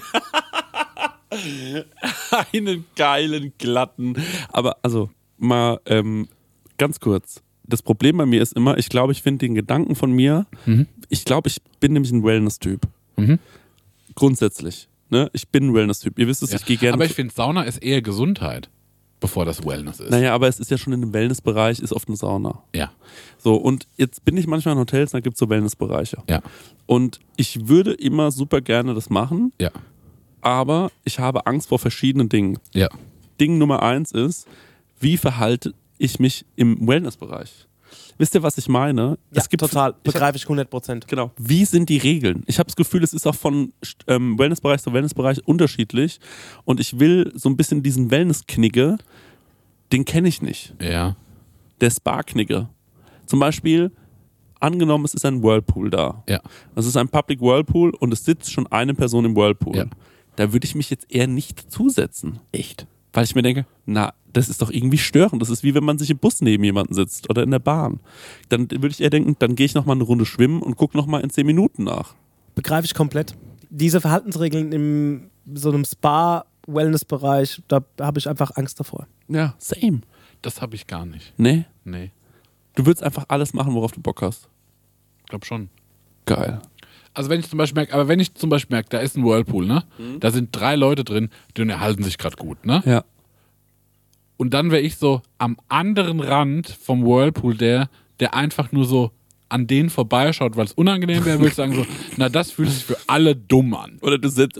Einen geilen, glatten. Aber also mal ganz kurz. Das Problem bei mir ist immer, ich glaube, ich finde den Gedanken von mir, ich glaube, ich bin nämlich ein Wellness-Typ. Mhm. Grundsätzlich. Ne? Ich bin ein Wellness-Typ. Ihr wisst es, ich gehe gerne. Aber ich finde, Sauna ist eher Gesundheit, bevor das Wellness ist. Naja, aber es ist ja schon in dem Wellness-Bereich, ist oft eine Sauna. Ja. So, und jetzt bin ich manchmal in Hotels, da gibt es so Wellness-Bereiche. Ja. Und ich würde immer super gerne das machen, ja. Aber ich habe Angst vor verschiedenen Dingen. Ja. Ding Nummer 1 ist, wie verhalte ich mich im Wellness-Bereich? Wisst ihr, was ich meine? Ja, es gibt total. Begreife ich 100%. Genau. Wie sind die Regeln? Ich habe das Gefühl, es ist auch von Wellnessbereich zu Wellnessbereich unterschiedlich. Und ich will so ein bisschen diesen Wellness-Knigge, den kenne ich nicht. Ja. Der Spa-Knigge. Zum Beispiel, angenommen, es ist ein Whirlpool da. Ja. Das ist ein Public Whirlpool und es sitzt schon eine Person im Whirlpool. Ja. Da würde ich mich jetzt eher nicht zusetzen. Echt? Weil ich mir denke, na, das ist doch irgendwie störend. Das ist wie wenn man sich im Bus neben jemanden sitzt oder in der Bahn. Dann würde ich eher denken, dann gehe ich nochmal eine Runde schwimmen und gucke nochmal in 10 Minuten nach. Begreife ich komplett. Diese Verhaltensregeln in so einem Spa-Wellness-Bereich, da habe ich einfach Angst davor. Ja, same. Das habe ich gar nicht. Nee? Nee. Du würdest einfach alles machen, worauf du Bock hast. Ich glaube schon. Geil. Also wenn ich zum Beispiel merke, da ist ein Whirlpool, ne? Mhm. Da sind 3 Leute drin, die unterhalten sich gerade gut, ne? Ja. Und dann wäre ich so am anderen Rand vom Whirlpool, der einfach nur so an denen vorbeischaut, weil es unangenehm wäre, würde ich sagen so, na, das fühlt sich für alle dumm an. Oder du setzt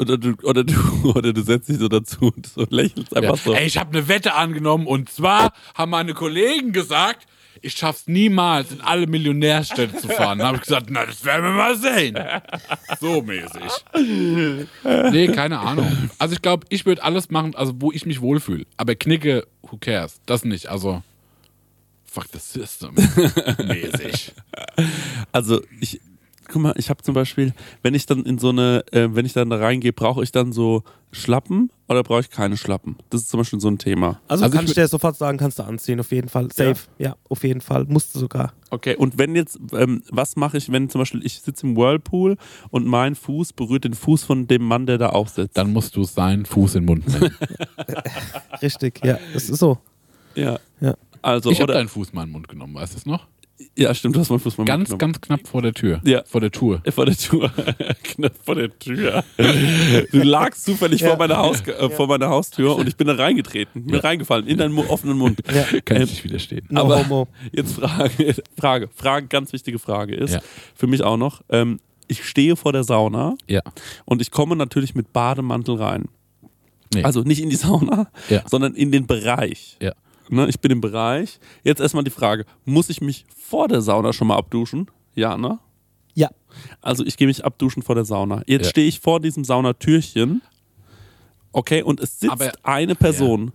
dich so dazu und so lächelst einfach so. Ey, ich habe eine Wette angenommen und zwar haben meine Kollegen gesagt, ich schaff's niemals, in alle Millionärstädte zu fahren. Da habe ich gesagt, na, das werden wir mal sehen. So mäßig. Nee, keine Ahnung. Also ich glaube, ich würde alles machen, also wo ich mich wohlfühle. Aber Knicke, who cares? Das nicht, also fuck the system. Mäßig. Also guck mal, ich habe zum Beispiel, wenn ich dann wenn ich dann da reingehe, brauche ich dann so Schlappen oder brauche ich keine Schlappen? Das ist zum Beispiel so ein Thema. Also kann ich dir sofort sagen, kannst du anziehen, auf jeden Fall. Safe, ja auf jeden Fall. Musst du sogar. Okay, und wenn jetzt, was mache ich, wenn zum Beispiel ich sitze im Whirlpool und mein Fuß berührt den Fuß von dem Mann, der da auch sitzt? Dann musst du seinen Fuß in den Mund nehmen. Richtig, ja, das ist so. Ja. Also, ich habe deinen Fuß mal in den Mund genommen, weißt du es noch? Ja, stimmt, du hast meinen Fuß mal ganz knapp vor der Tür. Ja. Vor der Tour. Vor der Tour. Knapp vor der Tür. Du lagst zufällig vor meiner Haustür und ich bin da reingetreten. Bin reingefallen in deinen offenen Mund. Ja. Kann ich nicht widerstehen. Aber jetzt Frage, ganz wichtige Frage ist, für mich auch noch, ich stehe vor der Sauna und ich komme natürlich mit Bademantel rein. Nee. Also nicht in die Sauna, sondern in den Bereich. Ja. Ne, ich bin im Bereich. Jetzt erstmal die Frage, muss ich mich vor der Sauna schon mal abduschen? Ja, ne? Ja. Also ich gehe mich abduschen vor der Sauna. Jetzt stehe ich vor diesem Saunatürchen. Okay, und es sitzt eine Person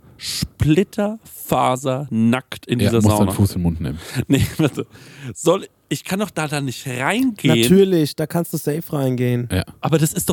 splitterfasernackt in dieser Sauna. Du musst deinen Fuß in den Mund nehmen. Nee, warte. Ich kann doch da nicht reingehen. Natürlich, da kannst du safe reingehen. Ja. Aber das ist doch.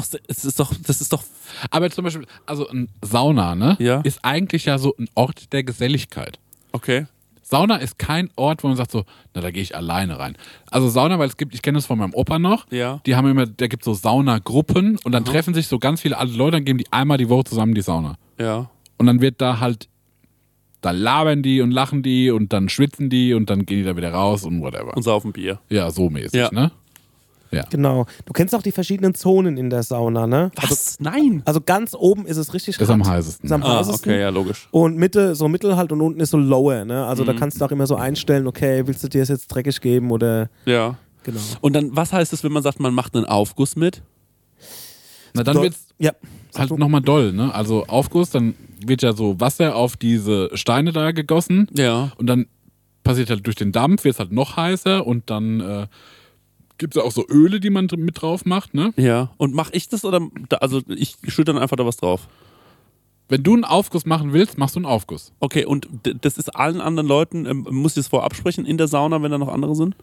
Aber zum Beispiel, also ein Sauna, ne? Ja. Ist eigentlich ja so ein Ort der Geselligkeit. Okay. Sauna ist kein Ort, wo man sagt so, na, da gehe ich alleine rein. Also Sauna, weil ich kenne das von meinem Opa noch, die haben immer, da gibt es so Saunagruppen und dann treffen sich so ganz viele alte Leute, dann geben die einmal die Woche zusammen die Sauna. Ja. Und dann wird da halt, da labern die und lachen die und dann schwitzen die und dann gehen die da wieder raus und whatever. Und saufen Bier. Ja, so mäßig, ne? Ja. Genau. Du kennst auch die verschiedenen Zonen in der Sauna, ne? Was? Also, Nein. Also ganz oben ist es richtig Das ist am heißesten. Ist am heißesten. Okay, ja, logisch. Und Mitte, so Mittel halt und unten ist so lower, ne? Also da kannst du auch immer so einstellen, okay, willst du dir das jetzt dreckig geben oder... Ja. Genau. Und dann, was heißt es, wenn man sagt, man macht einen Aufguss mit? Na, dann wird's halt nochmal doll, ne? Also Aufguss, dann wird ja so Wasser auf diese Steine da gegossen. Ja. Und dann passiert halt durch den Dampf, wird es halt noch heißer und dann gibt es ja auch so Öle, die man mit drauf macht, ne? Ja. Und mache ich das oder, also ich schütte dann einfach da was drauf? Wenn du einen Aufguss machen willst, machst du einen Aufguss. Okay, und das ist allen anderen Leuten, muss ich das vorab sprechen in der Sauna, wenn da noch andere sind?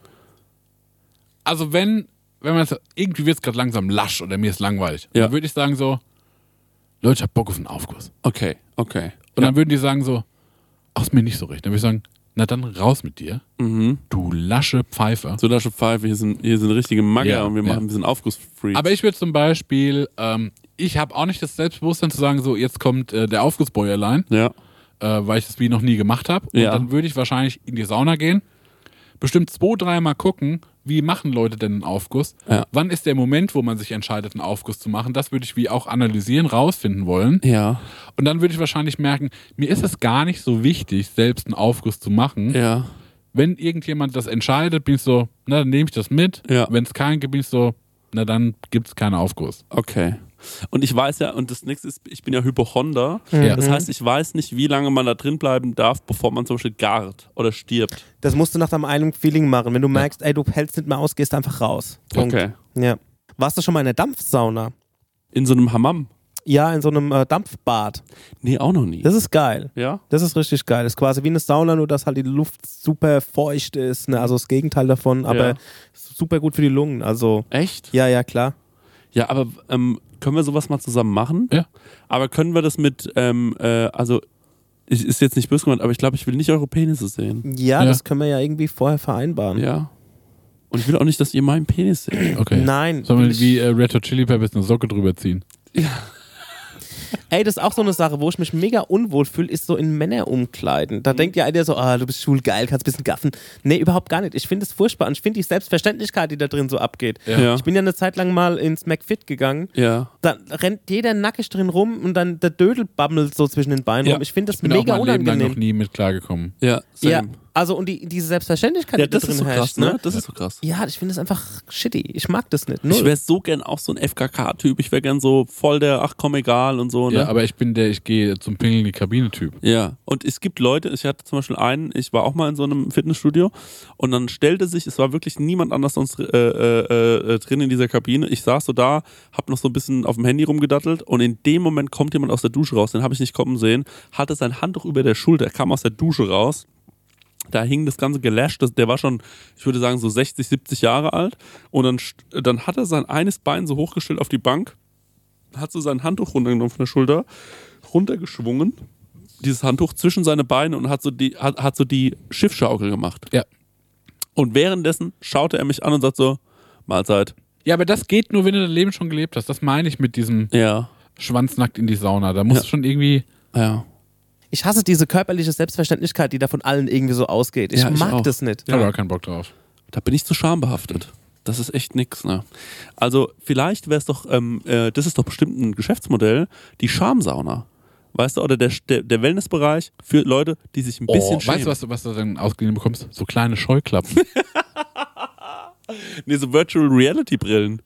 Also wenn man jetzt, irgendwie wird es gerade langsam lasch oder mir ist langweilig, dann würde ich sagen so, Leute, ich hab Bock auf einen Aufguss. Okay. Und dann würden die sagen so, ach, ist mir nicht so recht. Dann würde ich sagen, na dann raus mit dir, du lasche Pfeife. So lasche Pfeife, hier sind richtige Magger und wir sind Aufgussfreaks. Aber ich würde zum Beispiel, ich habe auch nicht das Selbstbewusstsein zu sagen, so jetzt kommt der Aufgussbäuerlein, weil ich das wie noch nie gemacht habe. Und dann würde ich wahrscheinlich in die Sauna gehen, bestimmt 2-3 Mal gucken, wie machen Leute denn einen Aufguss? Ja. Wann ist der Moment, wo man sich entscheidet, einen Aufguss zu machen? Das würde ich wie auch analysieren, rausfinden wollen. Ja. Und dann würde ich wahrscheinlich merken, mir ist es gar nicht so wichtig, selbst einen Aufguss zu machen. Ja. Wenn irgendjemand das entscheidet, bin ich so, na, dann nehme ich das mit. Ja. Wenn es keinen gibt, bin ich so, na, dann gibt es keinen Aufguss. Okay. Und ich weiß ja, und das nächste ist, ich bin ja Hypochonder. Ja. Das heißt, ich weiß nicht, wie lange man da drin bleiben darf, bevor man zum Beispiel gart oder stirbt. Das musst du nach deinem eigenen Feeling machen. Wenn du merkst, ey, du hältst nicht mehr aus, gehst einfach raus. Punkt. Okay. Ja. Warst du schon mal in der Dampfsauna? In so einem Hammam? Ja, in so einem Dampfbad. Nee, auch noch nie. Das ist geil. Ja? Das ist richtig geil. Das ist quasi wie eine Sauna, nur dass halt die Luft super feucht ist. Ne? Also das Gegenteil davon, aber super gut für die Lungen. Also echt? Ja, klar. Ja, aber können wir sowas mal zusammen machen? Ja. Aber können wir das mit, also ist jetzt nicht böse gemeint, aber ich glaube, ich will nicht eure Penisse sehen. Ja, das können wir ja irgendwie vorher vereinbaren. Ja. Und ich will auch nicht, dass ihr meinen Penis seht. Okay. Nein. Sollen wir wie Red Hot Chili Peppers eine Socke drüber ziehen? Ja. Ey, das ist auch so eine Sache, wo ich mich mega unwohl fühle, ist so in Männerumkleiden. Da denkt ja einer so, du bist schwul, kannst ein bisschen gaffen. Nee, überhaupt gar nicht. Ich finde es furchtbar und ich finde die Selbstverständlichkeit, die da drin so abgeht. Ja. Ich bin ja eine Zeit lang mal ins McFit gegangen. Ja. Da rennt jeder nackig drin rum und dann der Dödel bammelt so zwischen den Beinen rum. Ich finde das mega unangenehm. Ich bin auch mein Leben lang noch nie mit klargekommen. Ja, same. Ja, also und diese Selbstverständlichkeit, die da drin so herrscht. Krass, ne? Das ist so krass. Ja, ich finde das einfach shitty. Ich mag das nicht. Null. Ich wäre so gern auch so ein FKK-Typ. Ich wäre gern so voll der, ach komm, egal und so. Ne? Ja, aber ich gehe zum Pingeln in die Kabine-Typ. Ja, und es gibt Leute, ich hatte zum Beispiel ich war auch mal in so einem Fitnessstudio und dann stellte sich, es war wirklich niemand anders sonst drin in dieser Kabine. Ich saß so da, hab noch so ein bisschen auf dem Handy rumgedattelt und in dem Moment kommt jemand aus der Dusche raus, den habe ich nicht kommen sehen, hatte sein Handtuch über der Schulter, kam aus der Dusche raus Da hing das ganze Gelash, der war schon, ich würde sagen, so 60, 70 Jahre alt. Und dann hat er sein eines Bein so hochgestellt auf die Bank, hat so sein Handtuch runtergenommen von der Schulter, runtergeschwungen, dieses Handtuch zwischen seine Beine und hat so die Schiffschaukel gemacht. Ja. Und währenddessen schaute er mich an und sagt so, Mahlzeit. Ja, aber das geht nur, wenn du dein Leben schon gelebt hast. Das meine ich mit diesem Schwanznackt in die Sauna. Da musst du schon irgendwie... Ja. Ich hasse diese körperliche Selbstverständlichkeit, die da von allen irgendwie so ausgeht. Ich mag das nicht. Ich habe gar keinen Bock drauf. Da bin ich zu schambehaftet. Das ist echt nix, ne? Also vielleicht wäre es doch, das ist doch bestimmt ein Geschäftsmodell, die Schamsauna. Weißt du, oder der Wellnessbereich für Leute, die sich ein bisschen schämen. Weißt du, was du dann ausgeliehen bekommst? So kleine Scheuklappen. Nee, so Virtual Reality Brillen.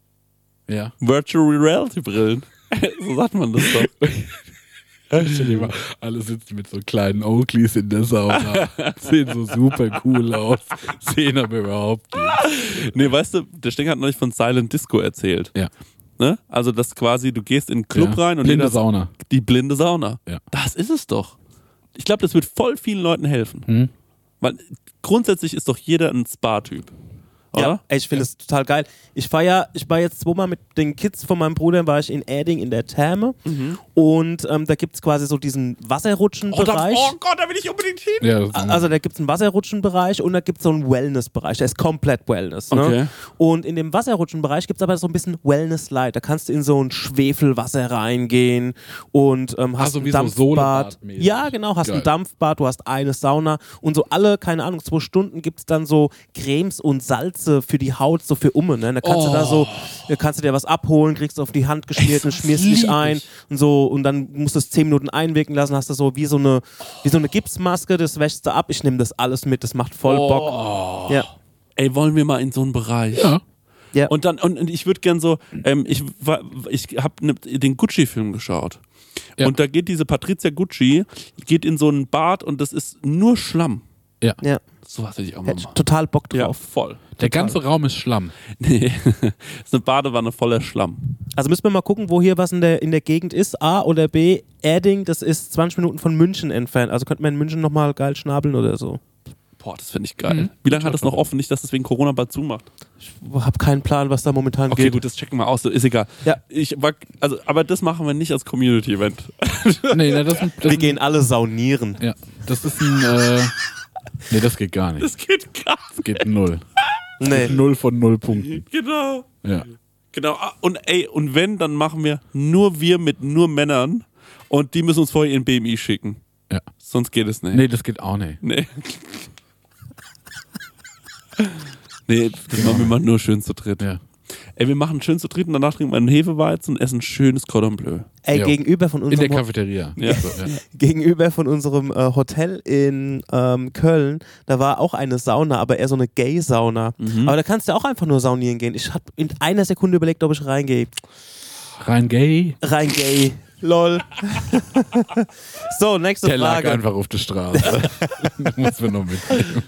Ja. Virtual Reality Brillen. So sagt man das doch. Stell dir mal, alle sitzen mit so kleinen Oakleys in der Sauna. Sehen so super cool aus. Sehen aber überhaupt nicht. Nee, weißt du, der Stenger hat neulich von Silent Disco erzählt. Ja. Ne? Also, das quasi, du gehst in einen Club rein und blinde Sauna. Die blinde Sauna. Ja. Das ist es doch. Ich glaube, das wird voll vielen Leuten helfen. Weil grundsätzlich ist doch jeder ein Spa-Typ. Oder? Ja, ich finde es total geil. Ich war jetzt zweimal mit den Kids von meinem Bruder, war ich in Erding in der Therme und da gibt es quasi so diesen Wasserrutschenbereich. Oh Gott, da will ich unbedingt hin. Ja, also da gibt es einen Wasserrutschenbereich und da gibt es so einen Wellnessbereich, der ist komplett Wellness. Ne? Okay. Und in dem Wasserrutschenbereich gibt es aber so ein bisschen Wellness-Light. Da kannst du in so ein Schwefelwasser reingehen und hast ein Dampfbad. Ja, genau, hast ein Dampfbad, du hast eine Sauna und so alle, keine Ahnung, 2 Stunden gibt es dann so Cremes und Salze für die Haut, so für Umme, ne? Da kannst du da so, kannst du dir was abholen, kriegst auf die Hand geschmiert und schmierst dich ein und so und dann musst du es 10 Minuten einwirken lassen, hast du so wie so eine Gipsmaske, das wäschst du ab. Ich nehme das alles mit, das macht voll Bock. Ja. Ey, wollen wir mal in so einen Bereich? Ja. Und ich würde gern so, ich habe den Gucci-Film geschaut. Ja. Und da geht diese Patrizia Gucci, geht in so ein Bad und das ist nur Schlamm. Ja. Sowas hätte ich auch mal machen. Total Bock drauf. Ja, voll. Der ganze Raum ist Schlamm. Nee, das ist eine Badewanne voller Schlamm. Also müssen wir mal gucken, wo hier was in der Gegend ist. A oder B, Erding, das ist 20 Minuten von München entfernt. Also könnte man in München nochmal geil schnabeln oder so. Boah, das finde ich geil. Wie lange hat das noch offen? Nicht, dass das wegen Corona bald zumacht. Ich habe keinen Plan, was da momentan geht. Okay, gut, das checken wir aus. Ist egal. Ja. Aber das machen wir nicht als Community-Event. Nee, wir gehen alle saunieren. Ja, das ist ein... Nee, das geht gar nicht. Das geht gar nicht. Das geht 0. Nee. 0 von 0 Punkten. Genau. Ja. Genau. Und wenn, dann machen wir mit nur Männern und die müssen uns vorher ihren BMI schicken. Ja. Sonst geht es nicht. Nee, das geht auch nicht. Nee. Nee, das machen wir mal nur schön zu dritt. Ja. Ey, wir machen schön zu dritt und danach trinken wir einen Hefeweizen und essen schönes Cordon Bleu. Ey, gegenüber von unserem in der Cafeteria. Ja. So, ja. Gegenüber von unserem Hotel in Köln, da war auch eine Sauna, aber eher so eine Gay-Sauna. Aber da kannst du auch einfach nur saunieren gehen. Ich habe in einer Sekunde überlegt, ob ich reingehe. Rein gay? Rein gay. Lol. So, nächste der Frage. Der lag einfach auf der Straße. Da muss man noch mitnehmen.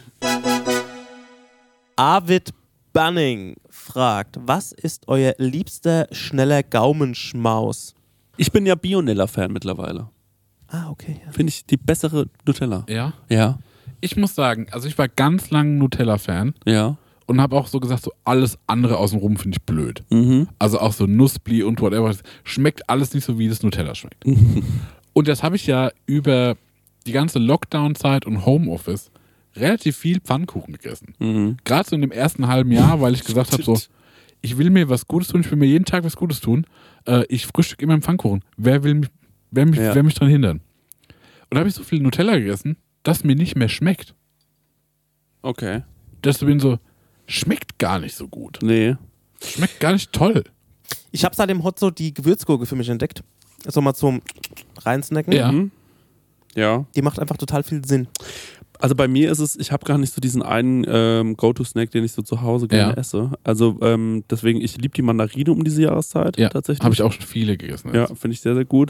Arvid Bunning fragt, was ist euer liebster schneller Gaumenschmaus? Ich bin ja Bionella-Fan mittlerweile. Ah, okay. Ja. Finde ich die bessere Nutella. Ja? Ja. Ich muss sagen, also ich war ganz lang Nutella-Fan. Ja. Und habe auch so gesagt, so alles andere außenrum finde ich blöd. Also auch so Nussbli und whatever. Schmeckt alles nicht so, wie das Nutella schmeckt. Und das habe ich ja über die ganze Lockdown-Zeit und Homeoffice relativ viel Pfannkuchen gegessen. Gerade so in dem ersten halben Jahr, weil ich gesagt habe, so, ich will mir was Gutes tun, ich will mir jeden Tag was Gutes tun. Ich frühstücke immer einen Pfannkuchen. Wer mich daran hindern? Und da habe ich so viel Nutella gegessen, dass mir nicht mehr schmeckt. Okay. Dass du bin so, schmeckt gar nicht so gut. Nee. Schmeckt gar nicht toll. Ich habe seit dem Hotzo die Gewürzgurke für mich entdeckt. Also mal zum Reinsnacken. Ja. Ja. Die macht einfach total viel Sinn. Also bei mir ist es, ich habe gar nicht so diesen einen Go-To-Snack, den ich so zu Hause gerne esse. Also deswegen, ich liebe die Mandarine um diese Jahreszeit tatsächlich. Habe ich auch schon viele gegessen. Ja, finde ich sehr, sehr gut.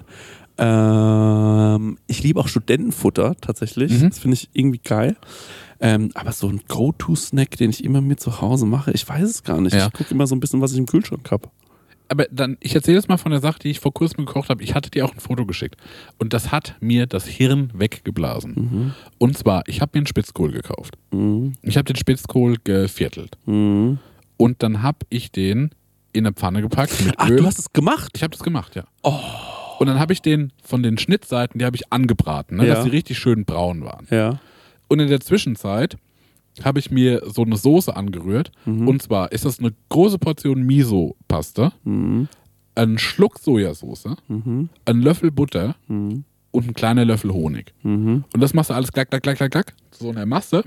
Ich liebe auch Studentenfutter tatsächlich. Das finde ich irgendwie geil. Aber so ein Go-To-Snack, den ich immer mit zu Hause mache, ich weiß es gar nicht. Ja. Ich gucke immer so ein bisschen, was ich im Kühlschrank habe. Aber dann, ich erzähle jetzt mal von der Sache, die ich vor kurzem gekocht habe. Ich hatte dir auch ein Foto geschickt. Und das hat mir das Hirn weggeblasen. Und zwar, ich habe mir einen Spitzkohl gekauft. Ich habe den Spitzkohl geviertelt. Und dann habe ich den in eine Pfanne gepackt mit Öl. Du hast es gemacht? Ich habe das gemacht, ja. Oh. Und dann habe ich den von den Schnittseiten, die habe ich angebraten, ne, dass die richtig schön braun waren. Ja. Und in der Zwischenzeit habe ich mir so eine Soße angerührt. Und zwar ist das eine große Portion Miso-Pasta, ein Schluck Sojasauce, ein Löffel Butter und ein kleiner Löffel Honig. Und das machst du alles klack, klack, klack, klack, klack, so in der Masse.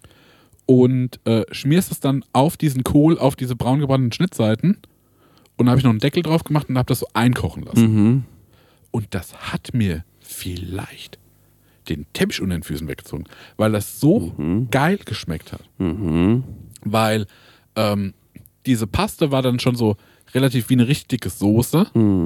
Und schmierst es dann auf diesen Kohl, auf diese braun gebrannten Schnittseiten. Und dann habe ich noch einen Deckel drauf gemacht und habe das so einkochen lassen. Und das hat mir vielleicht den Teppich unter den Füßen weggezogen, weil das so geil geschmeckt hat. Weil diese Paste war dann schon so relativ wie eine richtig dicke Soße.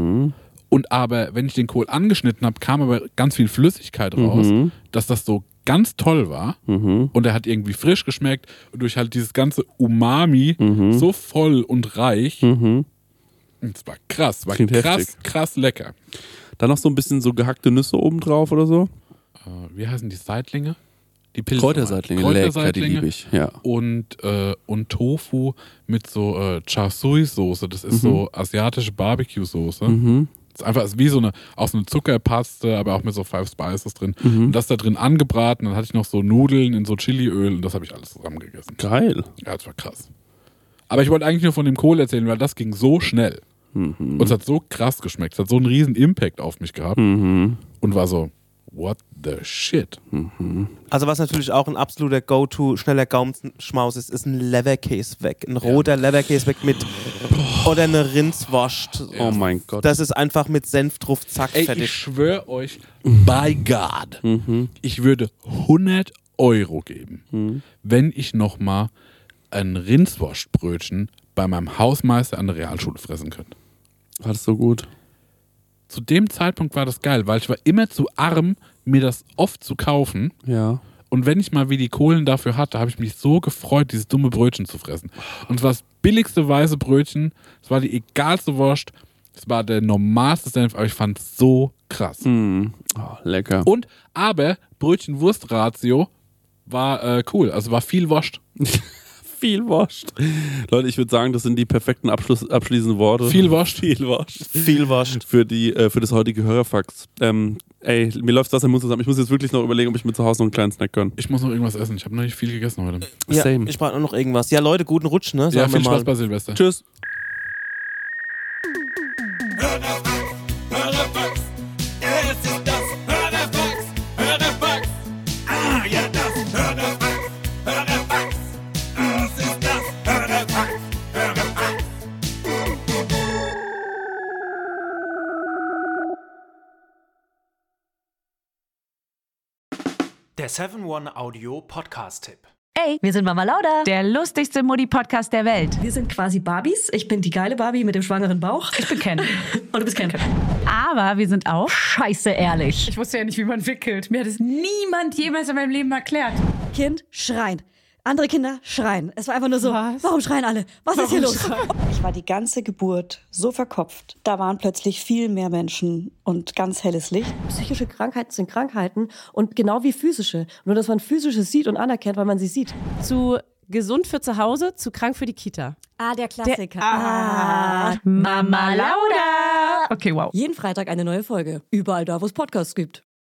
Und aber, wenn ich den Kohl angeschnitten habe, kam aber ganz viel Flüssigkeit raus, dass das so ganz toll war. Und er hat irgendwie frisch geschmeckt und durch halt dieses ganze Umami so voll und reich. Und es war krass, war krass lecker. Dann noch so ein bisschen so gehackte Nüsse oben drauf oder so? Wie heißen die Seitlinge? Die Pilze. Kräuterseitlinge, lecker, die liebe ich. Ja. Und Tofu mit so Char Siu-Soße. Das ist so asiatische Barbecue-Soße. Das ist einfach wie so eine Zuckerpaste, aber auch mit so 5 Spices drin. Und das da drin angebraten. Dann hatte ich noch so Nudeln in so Chiliöl und das habe ich alles zusammen gegessen. Geil. Ja, das war krass. Aber ich wollte eigentlich nur von dem Kohl erzählen, weil das ging so schnell. Und es hat so krass geschmeckt. Es hat so einen riesen Impact auf mich gehabt. Und war so, what the shit? Also was natürlich auch ein absoluter Go-To, schneller Gaumenschmaus ist ein Leverkäse weg. Ein roter Leverkäse weg mit oder eine Rindswurst. Oh mein Gott. Das ist einfach mit Senf drauf, zack, fertig. Ich schwöre euch, by God, ich würde 100 € geben, wenn ich nochmal ein Rindswurstbrötchen bei meinem Hausmeister an der Realschule fressen könnte. War das so gut? Zu dem Zeitpunkt war das geil, weil ich war immer zu arm, mir das oft zu kaufen. Ja. Und wenn ich mal wie die Kohlen dafür hatte, habe ich mich so gefreut, dieses dumme Brötchen zu fressen. Und es war das billigste weiße Brötchen, es war die egalste Wurst, es war der normalste Senf, aber ich fand es so krass. Oh, lecker. Aber Brötchen-Wurst-Ratio war cool, also war viel Wurst. Viel Wurst. Leute, ich würde sagen, das sind die perfekten abschließenden Worte. Viel Wurst. Viel Wurst. Viel Wurst. Für das heutige Hörerfax. Mir läuft das im Mund zusammen. Ich muss jetzt wirklich noch überlegen, ob ich mir zu Hause noch einen kleinen Snack gönne. Ich muss noch irgendwas essen. Ich habe noch nicht viel gegessen heute. Ja, Same. ich brauche noch irgendwas. Ja, Leute, guten Rutsch, ne? Ja, viel Spaß bei Silvester. Tschüss. Hörerfax, es ist das Hörerfax, Hörerfax. Ah, ja, das Hörerfax, Hörerfax. Es ist das Hörerfax, Hörerfax. Der 7-One-Audio-Podcast-Tipp. Ey, wir sind Mama Lauda. Der lustigste Mutti-Podcast der Welt. Wir sind quasi Barbies. Ich bin die geile Barbie mit dem schwangeren Bauch. Ich bin Ken. Und du bist Ken. Aber wir sind auch scheiße ehrlich. Ich wusste ja nicht, wie man wickelt. Mir hat es niemand jemals in meinem Leben erklärt. Kind schreien. Andere Kinder schreien. Es war einfach nur so, Was? Warum schreien alle? Was ist hier los? Ich war die ganze Geburt so verkopft. Da waren plötzlich viel mehr Menschen und ganz helles Licht. Psychische Krankheiten sind Krankheiten und genau wie physische. Nur, dass man physische sieht und anerkennt, weil man sie sieht. Zu gesund für zu Hause, zu krank für die Kita. Ah, der Klassiker. Mama Lauda. Okay, wow. Jeden Freitag eine neue Folge. Überall da, wo es Podcasts gibt.